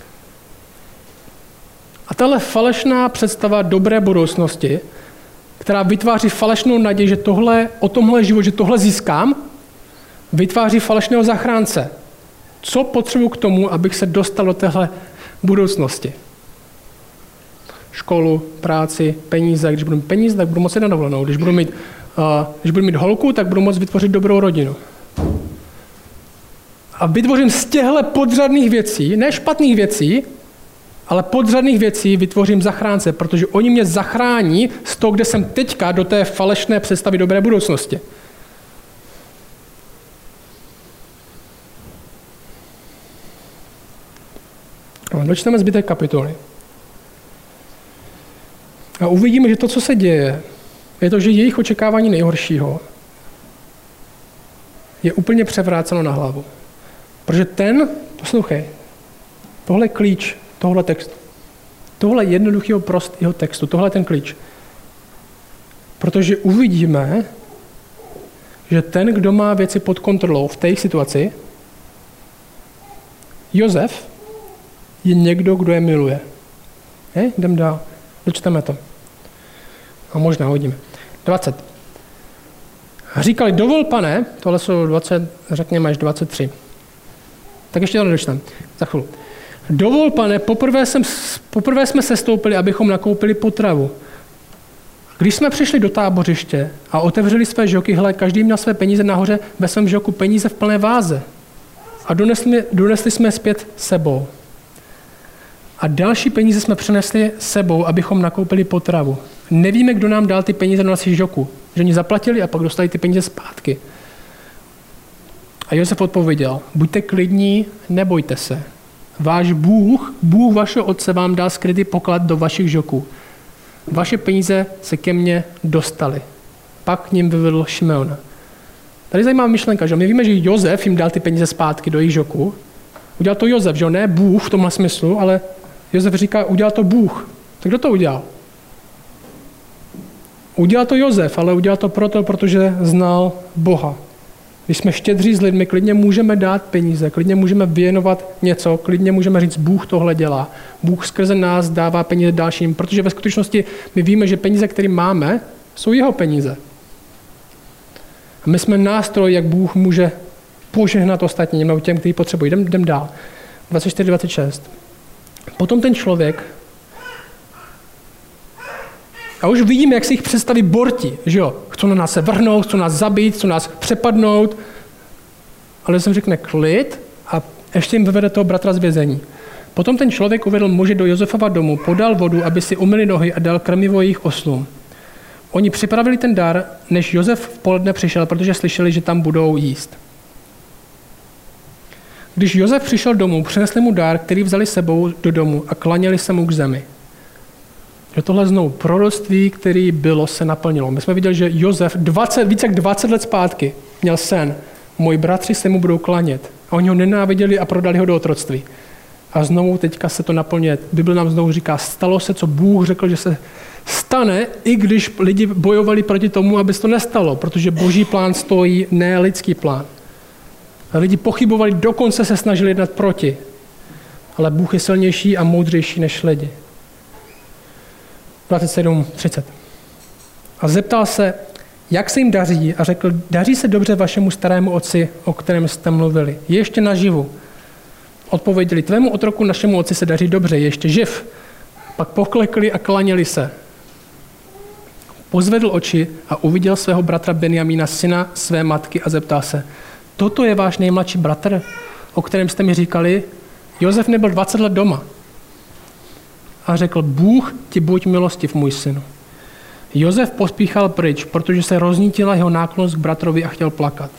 A tahle falešná představa dobré budoucnosti, která vytváří falešnou naději, že tohle, o tomhle život, že tohle získám, vytváří falešného zachránce. Co potřebuji k tomu, abych se dostal do téhle budoucnosti? Školu, práci, peníze. Když budu mít peníze, tak budu moci jít na dovolenou. Když budu mít, uh, když budu mít holku, tak budu moci vytvořit dobrou rodinu. A vytvořím z těchto podřadných věcí, ne špatných věcí, ale podřadných věcí vytvořím zachránce, protože oni mě zachrání z toho, kde jsem teďka, do té falešné představy dobré budoucnosti. Dočteme zbytek kapitoly. A uvidíme, že to, co se děje, je to, že jejich očekávání nejhoršího je úplně převráceno na hlavu. Protože ten, poslouchej, tohle je klíč tohle textu. Tohle jednoduchého prostého textu, tohle je ten klíč. Protože uvidíme, že ten, kdo má věci pod kontrolou v té situaci, Josef, je někdo, kdo je miluje. Je? Jdem dál. Dočteme to. A možná hodíme. dvacet. A říkali, dovol, pane, tohle jsou dvacet, řekněme až dvacet tři. Tak ještě to nedočteme. Za chvíli. Dovol, pane, poprvé, jsem, poprvé jsme sestoupili, abychom nakoupili potravu. Když jsme přišli do tábořiště a otevřeli své žoky, hle, každý měl své peníze nahoře ve svém žoku, peníze v plné váze. A donesli, donesli jsme je zpět sebou. A další peníze jsme přinesli sebou, abychom nakoupili potravu. Nevíme, kdo nám dal ty peníze do našich žoků. Že oni zaplatili a pak dostali ty peníze zpátky. A Josef odpověděl, buďte klidní, nebojte se. Váš Bůh, Bůh vašeho otce vám dal skrytý poklad do vašich žoků. Vaše peníze se ke mně dostaly. Pak k ním vyvedl Šimeona. Tady zajímavá myšlenka, že my víme, že Josef jim dal ty peníze zpátky do jejich žoků. Udělal to Josef, že ne Bůh v tomhle smyslu, ale Josef říká, udělal to Bůh. Tak kdo to udělal? Udělal to Josef, ale udělal to proto, protože znal Boha. Když jsme štědří s lidmi, klidně můžeme dát peníze, klidně můžeme věnovat něco, klidně můžeme říct, Bůh tohle dělá. Bůh skrze nás dává peníze dalším, protože ve skutečnosti my víme, že peníze, které máme, jsou jeho peníze. A my jsme nástroj, jak Bůh může požehnat ostatním, nebo těm, kteří potřebují. Jdem, jdem dál. dvacet čtyři dvacet šest. Potom ten člověk, a už vidíme, jak se jich představí borti, že jo? Chcou na nás se vrhnout, chcou nás zabít, chcou nás přepadnout, ale jsem řekne klid a ještě jim vyvede toho bratra z vězení. Potom ten člověk uvedl muže do Josefova domu, podal vodu, aby si umyli nohy a dal krmivo jejich oslům. Oni připravili ten dar, než Josef v poledne přišel, protože slyšeli, že tam budou jíst. Když Josef přišel domů, přinesli mu dár, který vzali sebou do domu a klaněli se mu k zemi. Že tohle znovu proroctví, který bylo, se naplnilo. My jsme viděli, že Josef dvacet, více jak dvacet let zpátky měl sen. Moji bratři se mu budou klanět. A oni ho nenáviděli a prodali ho do otroctví. A znovu teďka se to naplňuje. Bible nám znovu říká, stalo se, co Bůh řekl, že se stane, i když lidi bojovali proti tomu, aby se to nestalo, protože boží plán stojí, ne lidský plán. A lidi pochybovali, dokonce se snažili jednat proti. Ale Bůh je silnější a moudřejší než lidi. dvacet sedm třicet. A zeptal se, jak se jim daří, a řekl, daří se dobře vašemu starému otci, o kterém jste mluvili. Je ještě naživu. Odpověděli, tvému otroku našemu otci se daří dobře, je ještě živ. Pak poklekli a klaněli se. Pozvedl oči a uviděl svého bratra Benjamína, syna své matky, a zeptal se, toto je váš nejmladší bratr, o kterém jste mi říkali, Josef nebyl dvacet let doma. A řekl, Bůh ti buď milostiv, můj synu. Josef pospíchal pryč, protože se roznítila jeho náklonnost k bratrovi a chtěl plakat.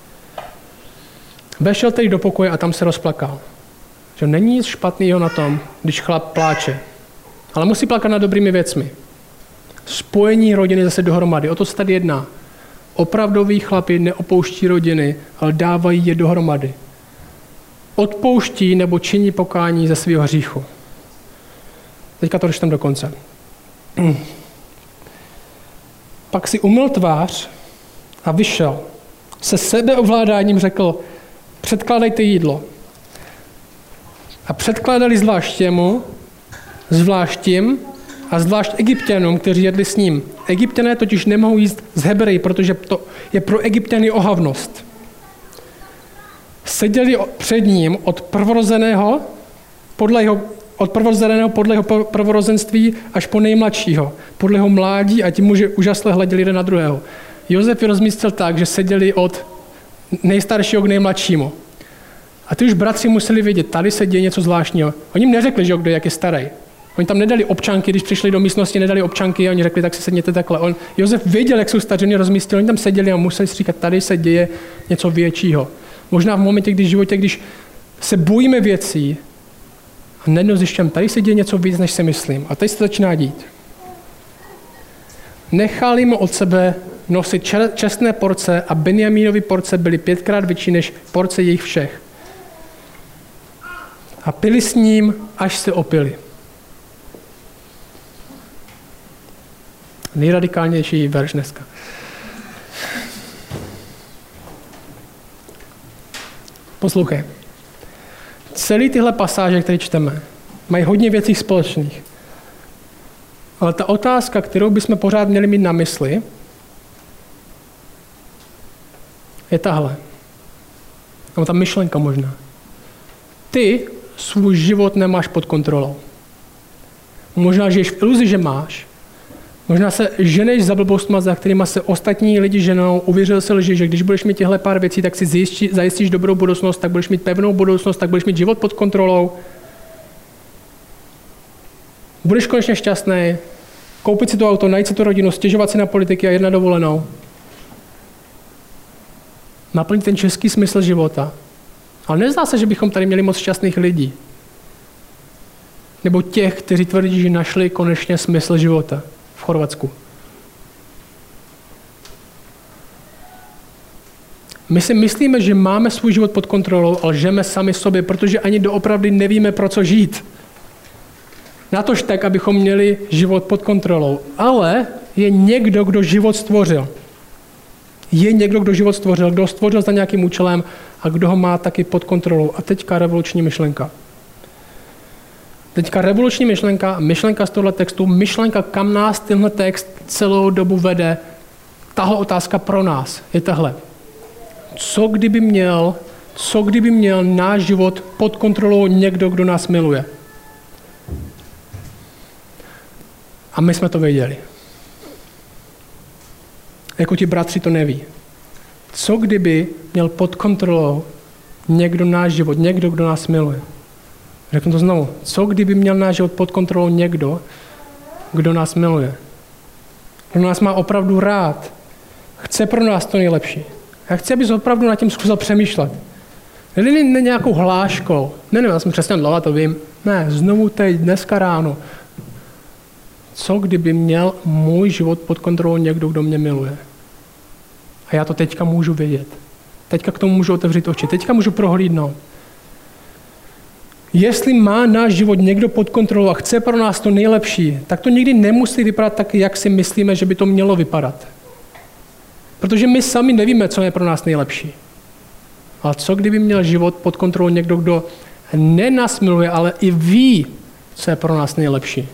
Vešel tedy do pokoje a tam se rozplakal. Že není nic špatného na tom, když chlap pláče. Ale musí plakat nad dobrými věcmi. Spojení rodiny zase dohromady. O to se tady jedná. Opravdoví chlapi neopouští rodiny, ale dávají je dohromady. odpouští nebo činí pokání ze svého hříchu. Teďka to dočtem do konce. Pak si umyl tvář a vyšel. Se sebeovládáním řekl, předkládejte jídlo. A předkládali zvlášť těmu, zvlášť tím a zvlášť Egypťanům, kteří jedli s ním. Egypťané totiž nemohou jíst z Hebreji, protože to je pro Egypťany ohavnost. Seděli před ním od prvorozeného podle jeho, od prvorozeného podle jeho prvorozenství až po nejmladšího, podle jeho mládí a ti muži úžasle hleděli jeden na druhého. Josef je rozmístil tak, že seděli od nejstaršího k nejmladšímu. A ty už bratři museli vědět, tady se děje něco zvláštního. Oni jim neřekli, že kdo jak je starý. Oni tam nedali občanky, když přišli do místnosti, nedali občanky a oni řekli, tak si sedněte takhle. On, Josef věděl, jak jsou staření rozmístili, oni tam seděli a museli si říkat, tady se děje něco většího. Možná v momentě, když v životě, když se bojíme věcí a najednou zjišťujeme, tady se děje něco víc, než si myslím. A tady se začíná dít. Nechali mu od sebe nosit čestné porce a Benjamínovy porce byly pětkrát větší než porce jejich všech. A pili s ním, až se opili. Nejradikálnější verš dneska. Poslouchej. Celý tyhle pasáže, které čteme, mají hodně věcí společných. Ale ta otázka, kterou bychom pořád měli mít na mysli, je tahle. Nebo ta myšlenka možná. Ty svůj život nemáš pod kontrolou. Možná žiješ v iluzi, že máš. Možná se ženeš za blbostma, za kterýma se ostatní lidi ženou, uvěřil si lži, že když budeš mít těchto pár věcí, tak si zjistí, zajistíš dobrou budoucnost, tak budeš mít pevnou budoucnost, tak budeš mít život pod kontrolou. Budeš konečně šťastný, koupit si to auto, najít si tu rodinu, stěžovat si na politiky a jet na dovolenou. Naplnit ten český smysl života. Ale nezdá se, že bychom tady měli moc šťastných lidí. Nebo těch, kteří tvrdí, že našli konečně smysl života v Chorvatsku. My si myslíme, že máme svůj život pod kontrolou, ale lžeme sami sobě, protože ani doopravdy nevíme, pro co žít. Natož tak, abychom měli život pod kontrolou. Ale je někdo, kdo život stvořil. Je někdo, kdo život stvořil, kdo ho stvořil za nějakým účelem a kdo ho má taky pod kontrolou. A teďka revoluční myšlenka. Teďka revoluční myšlenka, myšlenka z tohle textu, myšlenka, kam nás tenhle text celou dobu vede. Tahle otázka pro nás je tahle. Co kdyby měl, co kdyby měl náš život pod kontrolou někdo, kdo nás miluje? A my jsme to věděli. Jako ti bratři to neví. Co kdyby měl pod kontrolou někdo náš život, někdo, kdo nás miluje? Řeknu to znovu. Co kdyby měl náš život pod kontrolou někdo, kdo nás miluje? Kdo nás má opravdu rád. Chce pro nás to nejlepší. Já chci, abys opravdu nad tím zkusil přemýšlet. Ne, ne, ne nějakou hláškou. Ne, ne, já jsem křesťan dlouho, to vím. Ne, znovu teď, dneska ráno. Co kdyby měl můj život pod kontrolou někdo, kdo mě miluje? A já to teďka můžu vědět. Teďka k tomu můžu otevřít oči. Teďka můžu prohlídnout. Jestli má náš život někdo pod kontrolou a chce pro nás to nejlepší, tak to nikdy nemusí vypadat tak, jak si myslíme, že by to mělo vypadat. Protože my sami nevíme, co je pro nás nejlepší. Ale co kdyby měl život pod kontrolou někdo, kdo ne nás miluje, ale i ví, co je pro nás nejlepší.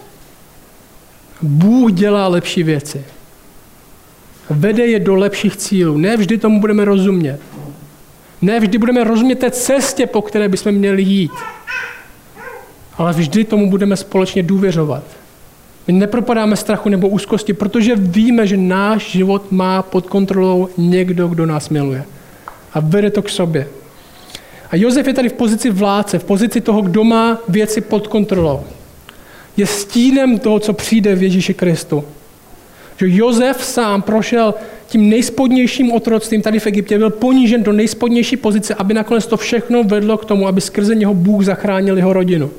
Bůh dělá lepší věci. Vede je do lepších cílů. Ne vždy tomu budeme rozumět. Ne vždy budeme rozumět té cestě, po které bychom měli jít. Ale vždy tomu budeme společně důvěřovat. My nepropadáme strachu nebo úzkosti, protože víme, že náš život má pod kontrolou někdo, kdo nás miluje. A vede to k sobě. A Josef je tady v pozici vládce, v pozici toho, kdo má věci pod kontrolou. Je stínem toho, co přijde v Ježíši Kristu. Že Josef sám prošel tím nejspodnějším otroctvím tady v Egyptě, byl ponížen do nejspodnější pozice, aby nakonec to všechno vedlo k tomu, aby skrze něho Bůh zachránil jeho rodinu.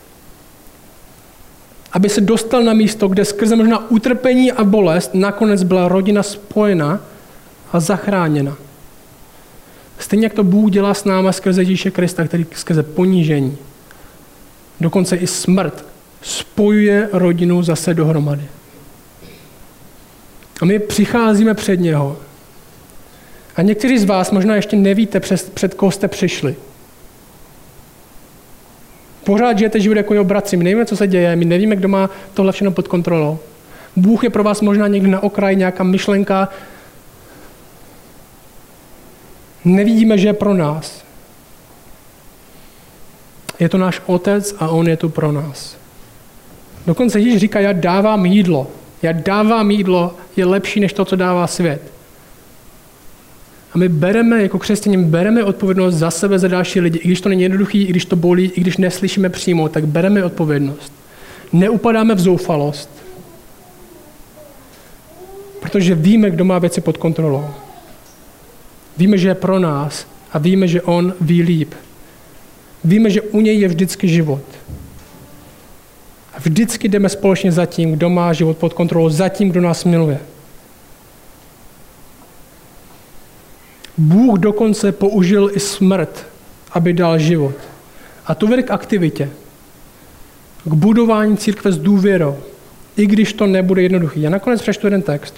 Aby se dostal na místo, kde skrze možná utrpení a bolest nakonec byla rodina spojena a zachráněna. Stejně jak to Bůh dělá s náma skrze Ježíše Krista, který skrze ponížení, dokonce i smrt, spojuje rodinu zase dohromady. A my přicházíme před něho. A někteří z vás možná ještě nevíte, před, před koho jste přišli. Pořád žijete život jako jeho bratři. My nevíme, co se děje, my nevíme, kdo má tohle všechno pod kontrolou. Bůh je pro vás možná někdy na okraji, nějaká myšlenka. Nevidíme, že je pro nás. Je to náš otec a on je tu pro nás. Dokonce Ježíš říká, já dávám jídlo. Já dávám jídlo, je lepší než to, co dává svět. A my bereme, jako křesťané, bereme odpovědnost za sebe, za další lidi. I když to není jednoduchý, i když to bolí, i když neslyšíme přímo, tak bereme odpovědnost. Neupadáme v zoufalost. Protože víme, kdo má věci pod kontrolou. Víme, že je pro nás a víme, že on ví líp. Víme, že u něj je vždycky život. A vždycky jdeme společně za tím, kdo má život pod kontrolou, za tím, kdo nás miluje. Bůh dokonce použil i smrt, aby dal život. A to vede k aktivitě. K budování církve s důvěrou. I když to nebude jednoduchý. Já nakonec přečtu jeden text.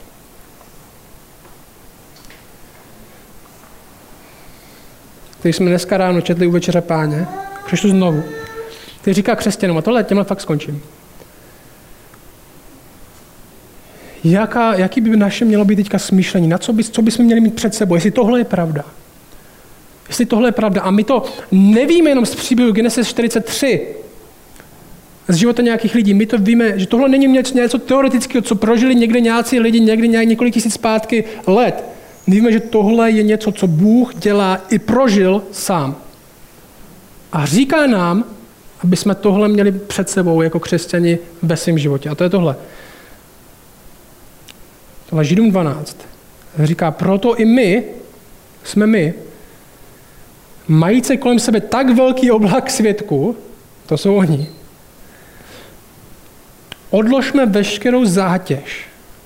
Který jsme dneska ráno četli u Večeře Páně. Přečtu znovu. Který říká křesťanům, a tohle, těmhle fakt skončím. Jaká, jaký by naše mělo být teďka smýšlení? Na co, by, co bychom měli mít před sebou? Jestli tohle je pravda. Jestli tohle je pravda. A my to nevíme jenom z příběhu Genesis čtyřicet tři, z života nějakých lidí. My to víme, že tohle není něco, něco teoretického, co prožili někde nějací lidi, někdy nějak několik tisíc zpátky let. My víme, že tohle je něco, co Bůh dělá i prožil sám. A říká nám, aby jsme tohle měli před sebou jako křesťani ve svém životě. A to je tohle. Tohle Židům dvanáct. Říká, proto i my, jsme my, majíce kolem sebe tak velký oblak svědků, to jsou oni, odložme veškerou zátěž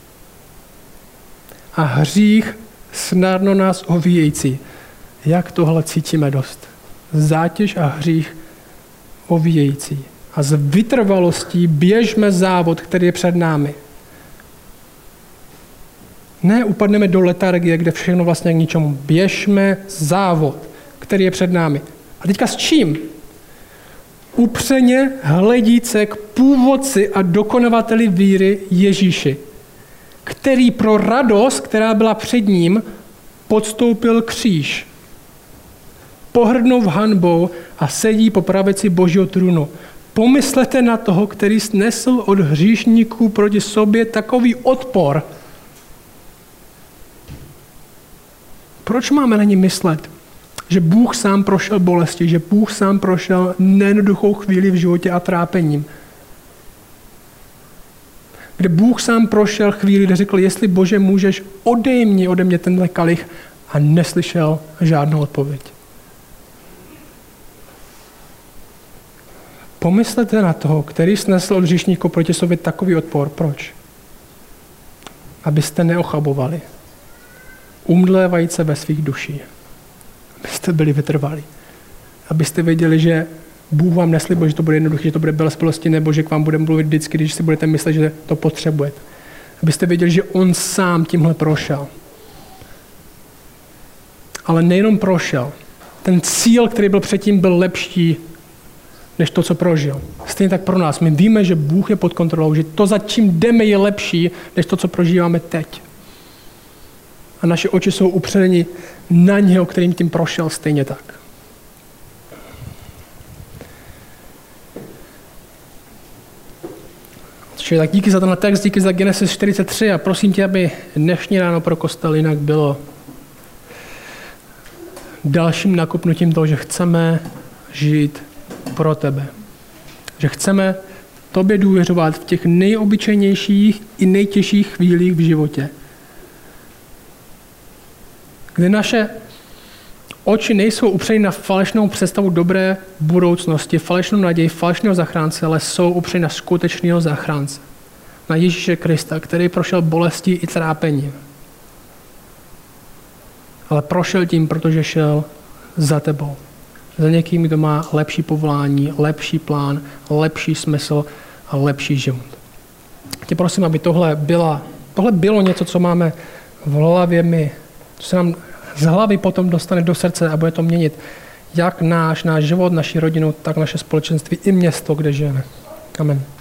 a hřích snadno nás ovíjející. Jak tohle cítíme dost? Zátěž a hřích ovíjející. A s vytrvalostí běžme závod, který je před námi. Ne upadneme do letargie, kde všechno vlastně k ničemu. Běžme závod, který je před námi. A teďka s čím? Upřeně hledíce k původci a dokonavateli víry Ježíši, který pro radost, která byla před ním, podstoupil kříž. Pohrdnul hanbou a sedí po pravici Božího trůnu. Pomyslete na toho, který snesl od hříšníků proti sobě takový odpor. Proč máme na ní myslet? Že Bůh sám prošel bolesti, že Bůh sám prošel nejednoduchou chvíli v životě a trápením. Kde Bůh sám prošel chvíli, kde řekl, jestli Bože můžeš, odejmi ode mě tenhle kalich, a neslyšel žádnou odpověď. Pomyslete na toho, který snesl od hříšníků proti sobě takový odpor. Proč? Abyste neochabovali. Umdlévajíc se ve svých duší. Abyste byli vytrvalí. Abyste věděli, že Bůh vám neslibuje, že to bude jednoduché, že to bude bez bolesti, nebo že k vám bude mluvit vždycky, když si budete myslet, že to potřebujete. Abyste věděli, že on sám tímhle prošel. Ale nejenom prošel. Ten cíl, který byl předtím, byl lepší, než to, co prožil. Stejně tak pro nás. My víme, že Bůh je pod kontrolou, že to, za čím jdeme, je lepší, než to, co prožíváme teď. A naše oči jsou upřeny na něho, kterým tím prošel stejně tak. Čili tak díky za tenhle text, díky za Genesis čtyřicet tři a prosím tě, aby dnešní ráno pro kostel jinak bylo dalším nakopnutím toho, že chceme žít pro tebe. Že chceme tobě důvěřovat v těch nejobyčejnějších i nejtěžších chvílích v životě. Kde naše oči nejsou upřeny na falešnou představu dobré budoucnosti, falešnou naději, falešného zachránce, ale jsou upřeny na skutečného zachránce. Na Ježíše Krista, který prošel bolestí i trápením. ale prošel tím, protože šel za tebou. Za někým, kdo má lepší povolání, lepší plán, lepší smysl a lepší život. Tě prosím, aby tohle, byla, tohle bylo něco, co máme v hlavě my, co se nám z hlavy potom dostane do srdce a bude to měnit jak náš, náš život, naši rodinu, tak naše společenství i město, kde žijeme. Amen.